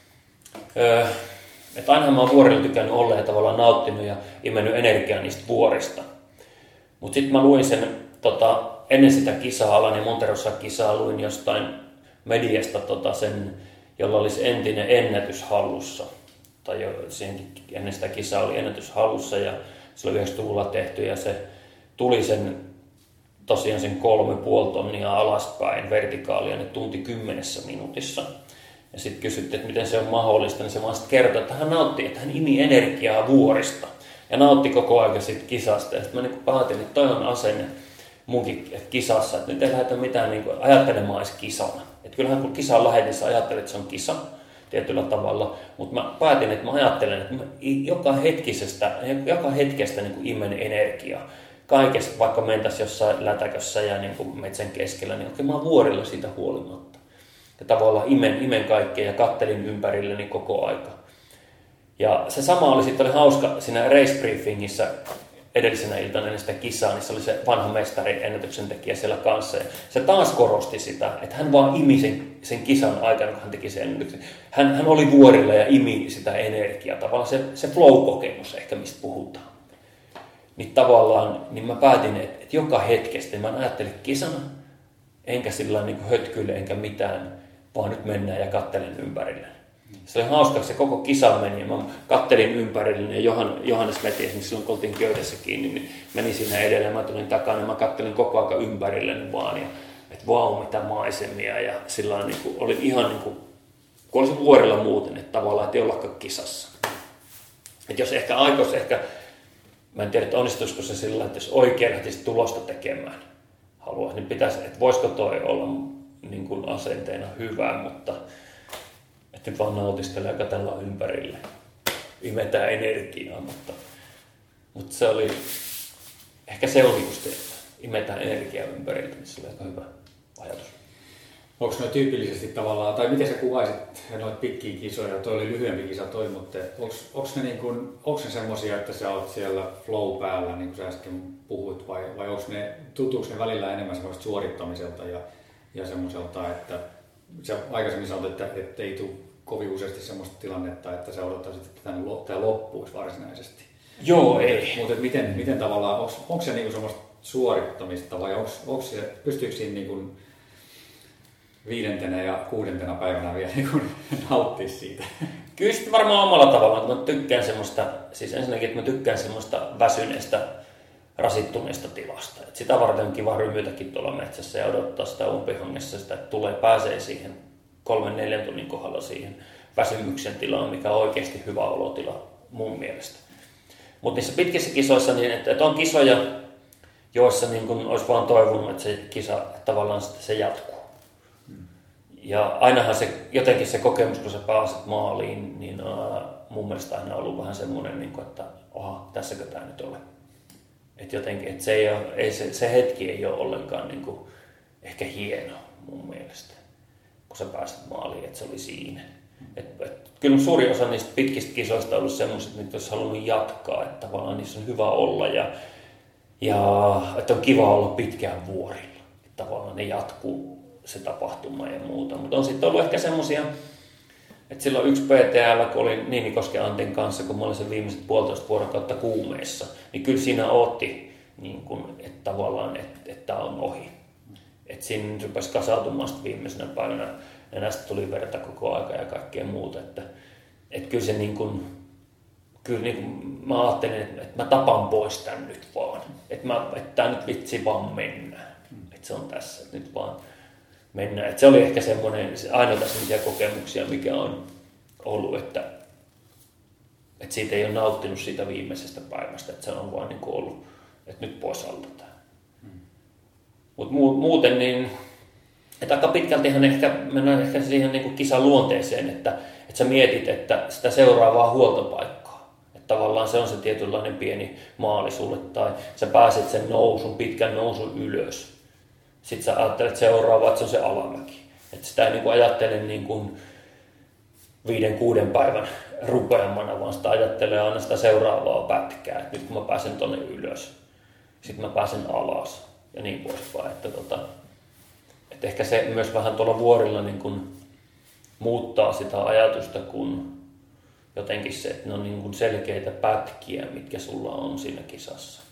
B: että ainahan mä oon vuorilla tykännyt olla ja tavallaan nauttinut ja imennyt energiaa niistä vuorista. Mutta sitten mä luin sen, ennen sitä kisaa, Alan ja Monterossa kisaa, luin jostain mediasta sen, jolla olisi entinen ennätys hallussa. Tai ennen sitä kisaa oli ennätys hallussa ja Se oli 90-luvulla tehty ja se tuli tosiaan sen 3,5 tonnia alaspäin vertikaalia ne tunti 10 minuutissa. Ja sitten kysyttiin, että miten se on mahdollista, niin se vaan kertoi, että hän nautti, että hän imi energiaa vuorista. Ja nautti koko ajan siitä kisasta. Ja sitten mä niin päätin, että toi on asenne munkin kisassa, että nyt ei lähdetä mitään niin ajattelemaan edes kisana. Että kyllähän kun kisaan lähdetessä ajattelet, että se on kisa tietyllä tavalla, mutta mä päätin, että mä ajattelen, että mä joka hetkestä niin imen energiaa. Kaikessa, vaikka mentäisiin jossain lätäkössä ja niin kuin metsän keskellä, niin oikein mä oon vuorilla siitä huolimatta. Ja tavallaan imen kaikkea ja kattelin ympärilleni koko aika. Ja se sama oli hauska siinä race briefingissä edellisenä iltana ennen sitä kisaa, niin se oli se vanha mestari ennätyksen tekijä siellä kanssa. Ja se taas korosti sitä, että hän vaan imi sen kisan aikana, kun hän teki sen ennätyksen. Hän oli vuorilla ja imi sitä energiaa. Tavallaan se flow-kokemus ehkä, mistä puhutaan. Niin tavallaan niin mä päätin, että joka hetkestä mä en ajattele kisana, enkä sillä niin hötkyile enkä mitään, vaan nyt mennään ja kattelen ympärille. Se oli hauska, se koko kisa meni ja mä kattelin ympärille ja Johannes veti esimerkiksi silloin, kun oltiin köydessä kiinni, niin meni siinä edellä ja mä tulin takana ja mä kattelin koko ajan ympärilleni vaan ja että vau, mitä maisemia ja sillä niin kuin, olin ihan niin kuin, kun olisin vuorilla muuten, että tavallaan, että ei ollakaan kisassa. Että jos mä en tiedä, että onnistuisiko se sillä, että jos oikein lähtisi tulosta tekemään haluaisi, niin pitäisi, että voisiko toi olla niin kuin asenteena hyvä, mutta että nyt vaan nautiskelee ja katsellaan ympärille. Imetään energiaa, mutta se oli, ehkä se oli just, että imetään energiaa ympärille, niin se oli aika hyvä ajatus.
A: Onko ne tyypillisesti tavallaan, tai miten sä kuvaisit noita pitkiä kisoja, toi oli lyhyempi kisa toi, mutta onko ne semmosia, että sä oot siellä flow päällä, niin kuin sä äsken puhuit, vai tuntuuko ne välillä enemmän semmoista suorittamiselta ja semmoiselta, että sä aikaisemmin sanoit, että ei tule kovin useasti semmoista tilannetta, että sä odottaisit, että tämä loppuisi varsinaisesti.
B: Joo, ei.
A: Mutta miten tavallaan, onko se niinku semmoista suorittamista vai pystyykö siinä niinku 5. ja 6. päivänä vielä niin nauttia siitä?
B: Kyllä sitten varmaan omalla tavallaan, että mä tykkään semmoista, siis ensinnäkin, että mä tykkään semmoista väsyneestä, rasittuneesta tilasta. Et sitä varten on kiva rymytäkin tuolla metsässä ja odottaa sitä umpihangessa, sitä, että pääsee siihen 3-4 tunnin kohdalla siihen väsymyksen tilaan, mikä on oikeasti hyvä olotila mun mielestä. Mutta niissä pitkissä kisoissa, niin että on kisoja, joissa niin kun olisi vaan toivonut, että se kisa tavallaan se jatkuu. Ja ainahan se, jotenkin se kokemus, kun sä pääset maaliin, niin mun mielestä aina ollut vähän semmoinen, että tässäkö tämä nyt ole. Että jotenkin, että se hetki ei ole ollenkaan niin kuin, ehkä hieno mun mielestä, kun sä pääset maaliin, että se oli siinä. Kyllä suurin osa niistä pitkistä kisoista on ollut semmoiset, että jos halunnut jatkaa, että tavallaan niissä on hyvä olla ja että on kiva olla pitkään vuorilla. Että tavallaan ne jatkuu se tapahtuma ja muuta. Mutta on sitten ollut ehkä semmoisia, että silloin yksi PTL, kun oli Niinikosken Antin kanssa, kun mä olin sen viimeiset 1,5 vuorokautta kuumeessa, niin kyllä siinä otti, niin kun, että tavallaan, että on ohi. Että siinä rupesi kasautumaan viimeisenä päivänä, ja näistä tuli verta koko aika ja kaikkea muuta. Että kyllä se niin kuin, mä ajattelin, että mä tapan pois tämän nyt vaan. Että tämä nyt vitsi vaan mennään. Että se on tässä, että nyt vaan mennään. Että se oli ehkä semmoinen, ainoita sellaisia kokemuksia, mikä on ollut, että siitä ei ole nauttinut siitä viimeisestä päivästä. Että se on vaan niin kuin ollut, että nyt pois alta tämä. Mutta muuten niin, että aika pitkältihan mennään ehkä siihen niin kuin kisan luonteeseen, että sä mietit, että sitä seuraavaa huoltopaikkaa. Että tavallaan se on se tietynlainen pieni maali sulle, tai sä pääset sen pitkän nousun ylös. Sitten sä ajattelet seuraavaa, että se on se alamäki. Että sitä ei niin kuin ajattele niin kuin 5-6 päivän rupeamana, vaan sitä ajattelee aina sitä seuraavaa pätkää. Että nyt kun mä pääsen tonne ylös, sitten mä pääsen alas ja niin poispäin. Että ehkä se myös vähän tuolla vuorilla niin kuin muuttaa sitä ajatusta, kun jotenkin se, että ne on niin kuin selkeitä pätkiä, mitkä sulla on siinä kisassa.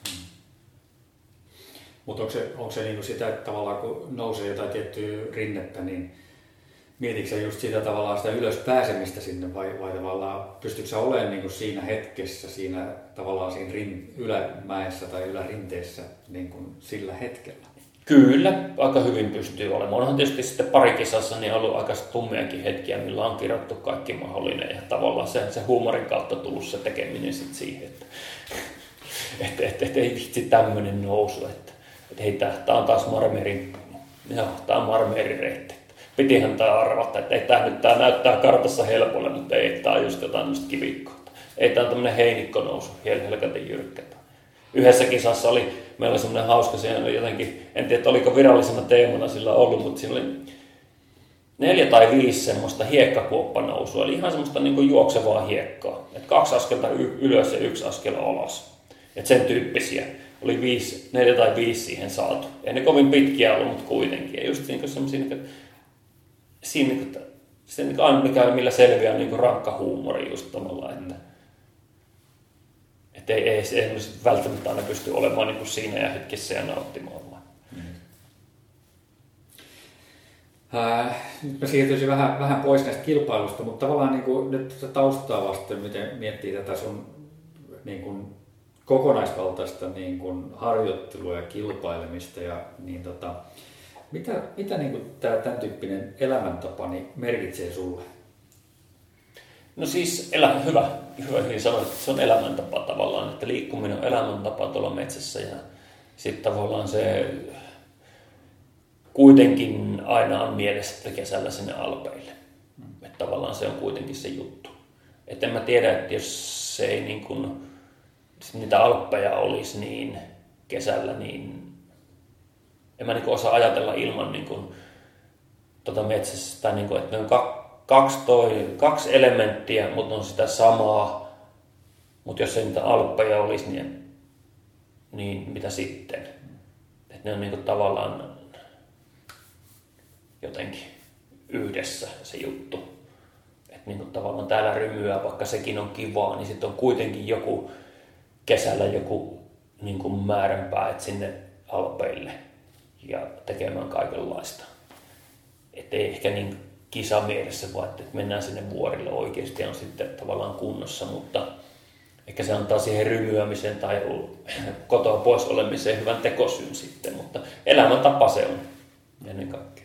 A: Mutta onko se niin kuin sitä, että tavallaan kun nousee jotain tiettyä rinnettä, niin Mietitkö sä just sitä tavallaan sitä ylös pääsemistä sinne vai tavallaan pystytkö sä olemaan niin kuin siinä hetkessä, siinä tavallaan siinä ylämäessä tai ylärinteessä niin kuin sillä hetkellä?
B: Kyllä, aika hyvin pystyy olemaan. Onhan tietysti sitten parikisassa niin ollut aika tummiakin hetkiä, millä on kirjoittu kaikki mahdollinen ja tavallaan se huumorin kautta tullut se tekeminen sitten siihen, että ei vitsi tämmöinen nousu, että hei tää on taas Marmeerin reitti. Pitihän tää arvata, että ei tää näyttää kartassa helpolle, mutta ei, tää on just jotain tämmöistä kivikkoa. Ei tää on tämmönen heinikko nousu, helkatin jyrkkä. Yhdessä kisassa meillä oli semmoinen hauska, siinä oli jotenkin, en tiedä oliko virallisena teemana sillä ollut, mutta siinä oli 4 tai 5 semmoista hiekkakuoppanousua, eli ihan semmoista niin kuin juoksevaa hiekkaa. Et 2 askelta ylös ja 1 askel alas. Et sen tyyppisiä. Oli 4 tai 5 siihen saatu. Ei ne kovin pitkiä ollut, mutta kuitenkin. Ja just niin semmoisia, se aina millä selviää niin kuin rankka huumori just tavallaan, että ei välttämättä aina pysty olemaan niin kuin siinä ja hetkessä ja nauttimaan.
A: Nyt mä siirtyisin vähän pois näistä kilpailusta, mutta tavallaan niin kuin nyt taustaa vasten, miten miettii tätä sun niin kuin kokonaisvaltaista niin kuin harjoittelua ja kilpailemista ja niin mitä niin kuin tämän tyyppinen elämäntapa niin merkitsee sulle?
B: No siis hyvin sanoit, että se on elämäntapa tavallaan, että liikkuminen on elämäntapa tuolla metsässä ja sitten tavallaan se kuitenkin aina on mielessä, että kesällä sinne Alpeille. Että tavallaan se on kuitenkin se juttu. Että en mä tiedä, että jos se ei niin kuin, niitä Alppeja olisi niin kesällä, niin en mä niin kuin osaa ajatella ilman niin kuin, metsässä, tai niin kuin, että ne on kaksi elementtiä, mutta on sitä samaa. Mutta jos ei niitä Alppeja olisi, niin mitä sitten? Että ne on niin kuin tavallaan jotenkin yhdessä se juttu. Että niin kuin tavallaan täällä rymyää, vaikka sekin on kivaa, niin sitten on kuitenkin kesällä joku niin kuin määränpää, että sinne Alpeille ja tekemään kaikenlaista. Että ei ehkä niin kisamielessä, vaan että mennään sinne vuorille oikeasti ja on sitten tavallaan kunnossa, mutta ehkä se antaa siihen rymyämiseen tai kotoa pois olemiseen hyvän tekosyyn sitten, mutta elämäntapa se on ennen kaikkea.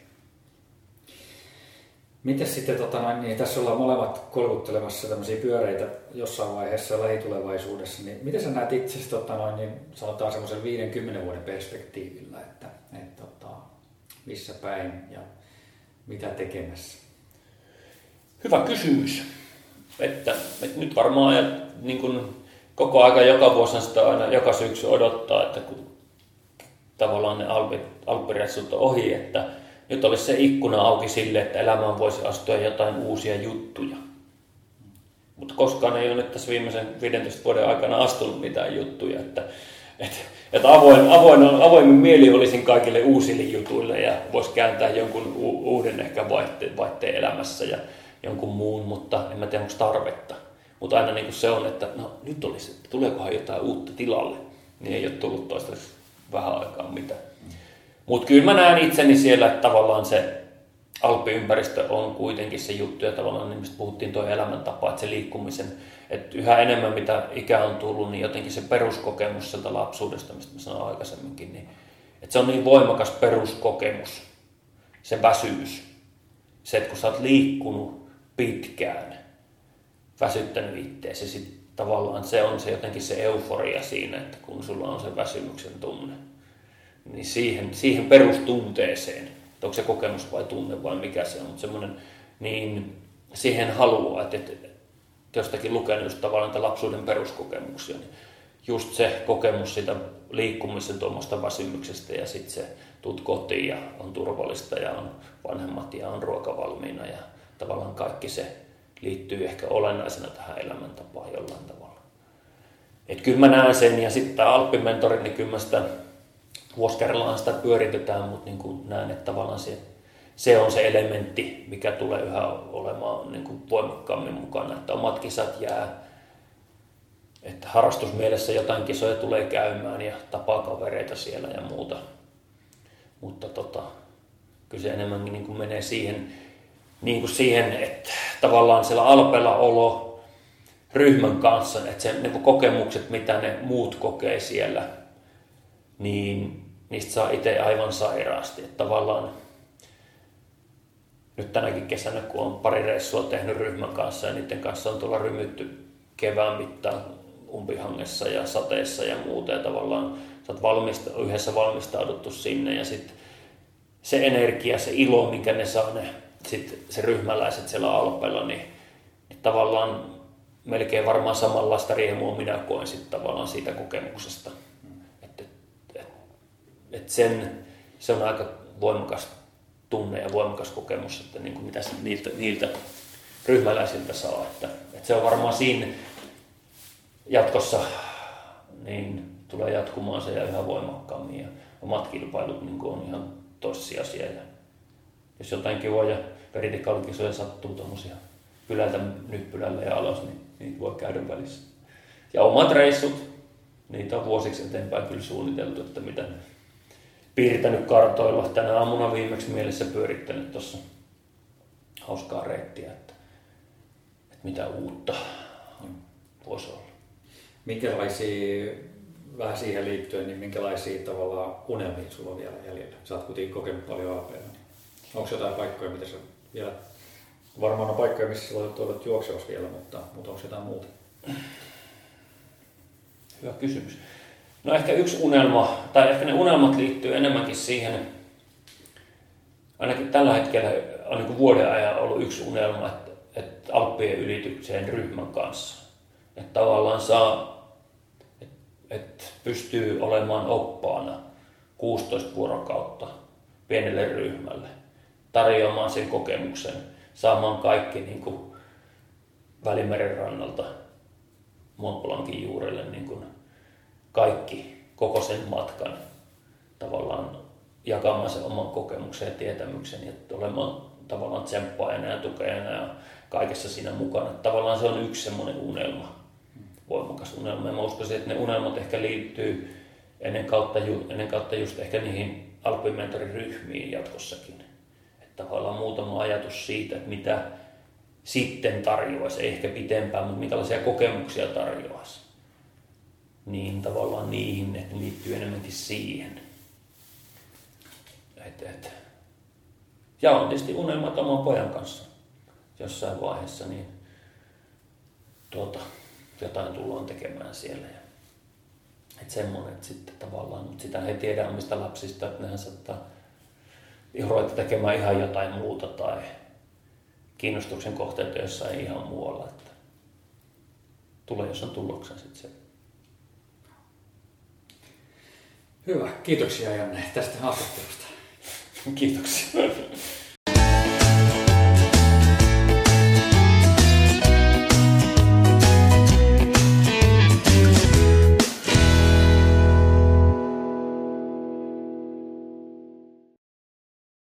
A: Mites sitten, niin tässä ollaan molemmat kolkuttelemassa tämmöisiä pyöreitä jossain vaiheessa lähitulevaisuudessa, niin miten sä näet itsesi, niin sanotaan semmoisen 5-10 vuoden perspektiivillä, että missä päin ja mitä tekemässä?
B: Hyvä kysymys. Että nyt varmaan niin kun koko aika joka vuosi sitä aina joka syksy odottaa, että kun tavallaan ne alppireissut on ohi, että nyt olisi se ikkuna auki sille, että elämään voisi astua jotain uusia juttuja. Mutta koskaan ei ole nyt tässä viimeisen 15 vuoden aikana astunut mitään juttuja. Että avoimen mieli olisin kaikille uusille jutuille ja voisi kääntää jonkun uuden ehkä vaihteen elämässä ja jonkun muun, mutta en mä tiedä onko tarvetta. Mutta aina niin kuin se on, että no nyt olisi, että tuleekohan jotain uutta tilalle, niin ei ole tullut toistaiseksi vähän aikaa mitään. Mutta kyllä mä näen itseni siellä, että tavallaan se alppiympäristö on kuitenkin se juttu ja tavallaan niin mistä puhuttiin tuo elämäntapa, että se liikkumisen, että yhä enemmän mitä ikä on tullut, niin jotenkin se peruskokemus sieltä lapsuudesta, mistä mä sanoin aikaisemminkin, niin että se on niin voimakas peruskokemus, se väsyys, se, että kun sä oot liikkunut pitkään, väsyttänyt itteesi, sitten tavallaan se on se jotenkin se euforia siinä, että kun sulla on se väsymyksen tunne, niin siihen perustunteeseen, että onko se kokemus vai tunne vai mikä se on, mutta semmoinen, niin siihen haluaa, että jostakin lukenut just tavallaan niitä lapsuuden peruskokemuksia, niin just se kokemus siitä liikkumisen tuommoista väsymyksestä ja sitten se tuut kotiin ja on turvallista ja on vanhemmat ja on ruoka valmiina ja tavallaan kaikki se liittyy ehkä olennaisena tähän elämäntapaan jollain tavalla. Että kyllä mä näen sen ja sitten tämä Alppimentori, niin kyllä mä sitä vuosi kerrallaan sitä pyöritetään, mutta niin kuin näen, että tavallaan se on se elementti, mikä tulee yhä olemaan niin kuin voimakkaammin mukana, että omat kisat jää, että harrastusmielessä jotain kisoja tulee käymään ja tapaa kavereita siellä ja muuta. Mutta kyllä se enemmänkin niin kuin menee siihen, niin kuin siihen, että tavallaan siellä Alpeella olo ryhmän kanssa, että se, niin kuin kokemukset, mitä ne muut kokee siellä, niin niistä saa itse aivan sairaasti. Että tavallaan nyt tänäkin kesänä, kun on pari reissua tehnyt ryhmän kanssa ja niiden kanssa on tuolla rymytty kevään mittaan umpihangessa ja sateessa ja muuta ja tavallaan sä oot yhdessä valmistauduttu sinne ja sitten se energia, se ilo, minkä ne saa se ryhmäläiset siellä Alpeilla, niin tavallaan melkein varmaan samanlaista riemua minä koen sitten tavallaan siitä kokemuksesta. Se on aika voimakas tunne ja voimakas kokemus, että niin kuin mitä niiltä ryhmäläisiltä saa. Että se on varmaan siinä jatkossa niin tulee jatkumaan se ja yhä voimakkaammin ja omat kilpailut niin kuin on ihan toissijaisia. Ja jos jotain kivoja vertikalkisoja sattuu tommosia kylältä nyppylälle ja alas, niin niitä voi käydä välissä. Ja omat reissut, niitä on vuosiksi eteenpäin kyllä suunniteltu, että mitä piirtänyt kartoilla. Tänä aamuna viimeksi mielessä pyörittänyt tuossa hauskaa reittiä, että mitä uutta voisi olla.
A: Minkälaisia, vähän siihen liittyen, niin minkälaisia tavallaan unelmia sulla on vielä jäljellä? Sä oot kuitenkin kokenut paljon Alpeilla. Onko jotain paikkoja, mitä sä vielä... Varmaan on paikkoja, missä sä olet juoksevassa vielä, mutta onko jotain muuta?
B: Hyvä kysymys. No ehkä yksi unelma, tai ehkä ne unelmat liittyy enemmänkin siihen, ainakin tällä hetkellä on niin kuin vuoden ajan ollut yksi unelma, että Alppien ylitykseen ryhmän kanssa. Että tavallaan että pystyy olemaan oppaana 16 vuorokautta pienelle ryhmälle, tarjoamaan sen kokemuksen, saamaan kaikki niin kuin Välimeren rannalta Mont Blancin juurelle niin kuin kaikki, koko sen matkan tavallaan jakamaan sen oman kokemuksen ja tietämyksen ja olemaan tavallaan tsemppaajana ja tukajana ja kaikessa siinä mukana. Tavallaan se on yksi semmoinen unelma, voimakas unelma. Ja mä uskoisin, että ne unelmat ehkä liittyy ennen kautta just ehkä niihin alppimentoriryhmiin jatkossakin. Että tavallaan muutama ajatus siitä, että mitä sitten tarjoaisi, ei ehkä pitempään, mutta minkälaisia kokemuksia tarjoaisi. Niin tavallaan niihin, että liittyy enemmänkin siihen. Ja on tietysti unelmat oman pojan kanssa jossain vaiheessa, niin jotain tullaan tekemään siellä. Että semmoinen, että sitten tavallaan, mutta sitä he tiedä omista lapsista, että nehän saattaa ruveta tekemään ihan jotain muuta tai kiinnostuksen kohteita jossain ihan muualla. Että tulee, jos on tulloksen sitten se.
A: Hyvä. Kiitoksia Janne tästä haastattelusta.
B: Kiitoksia.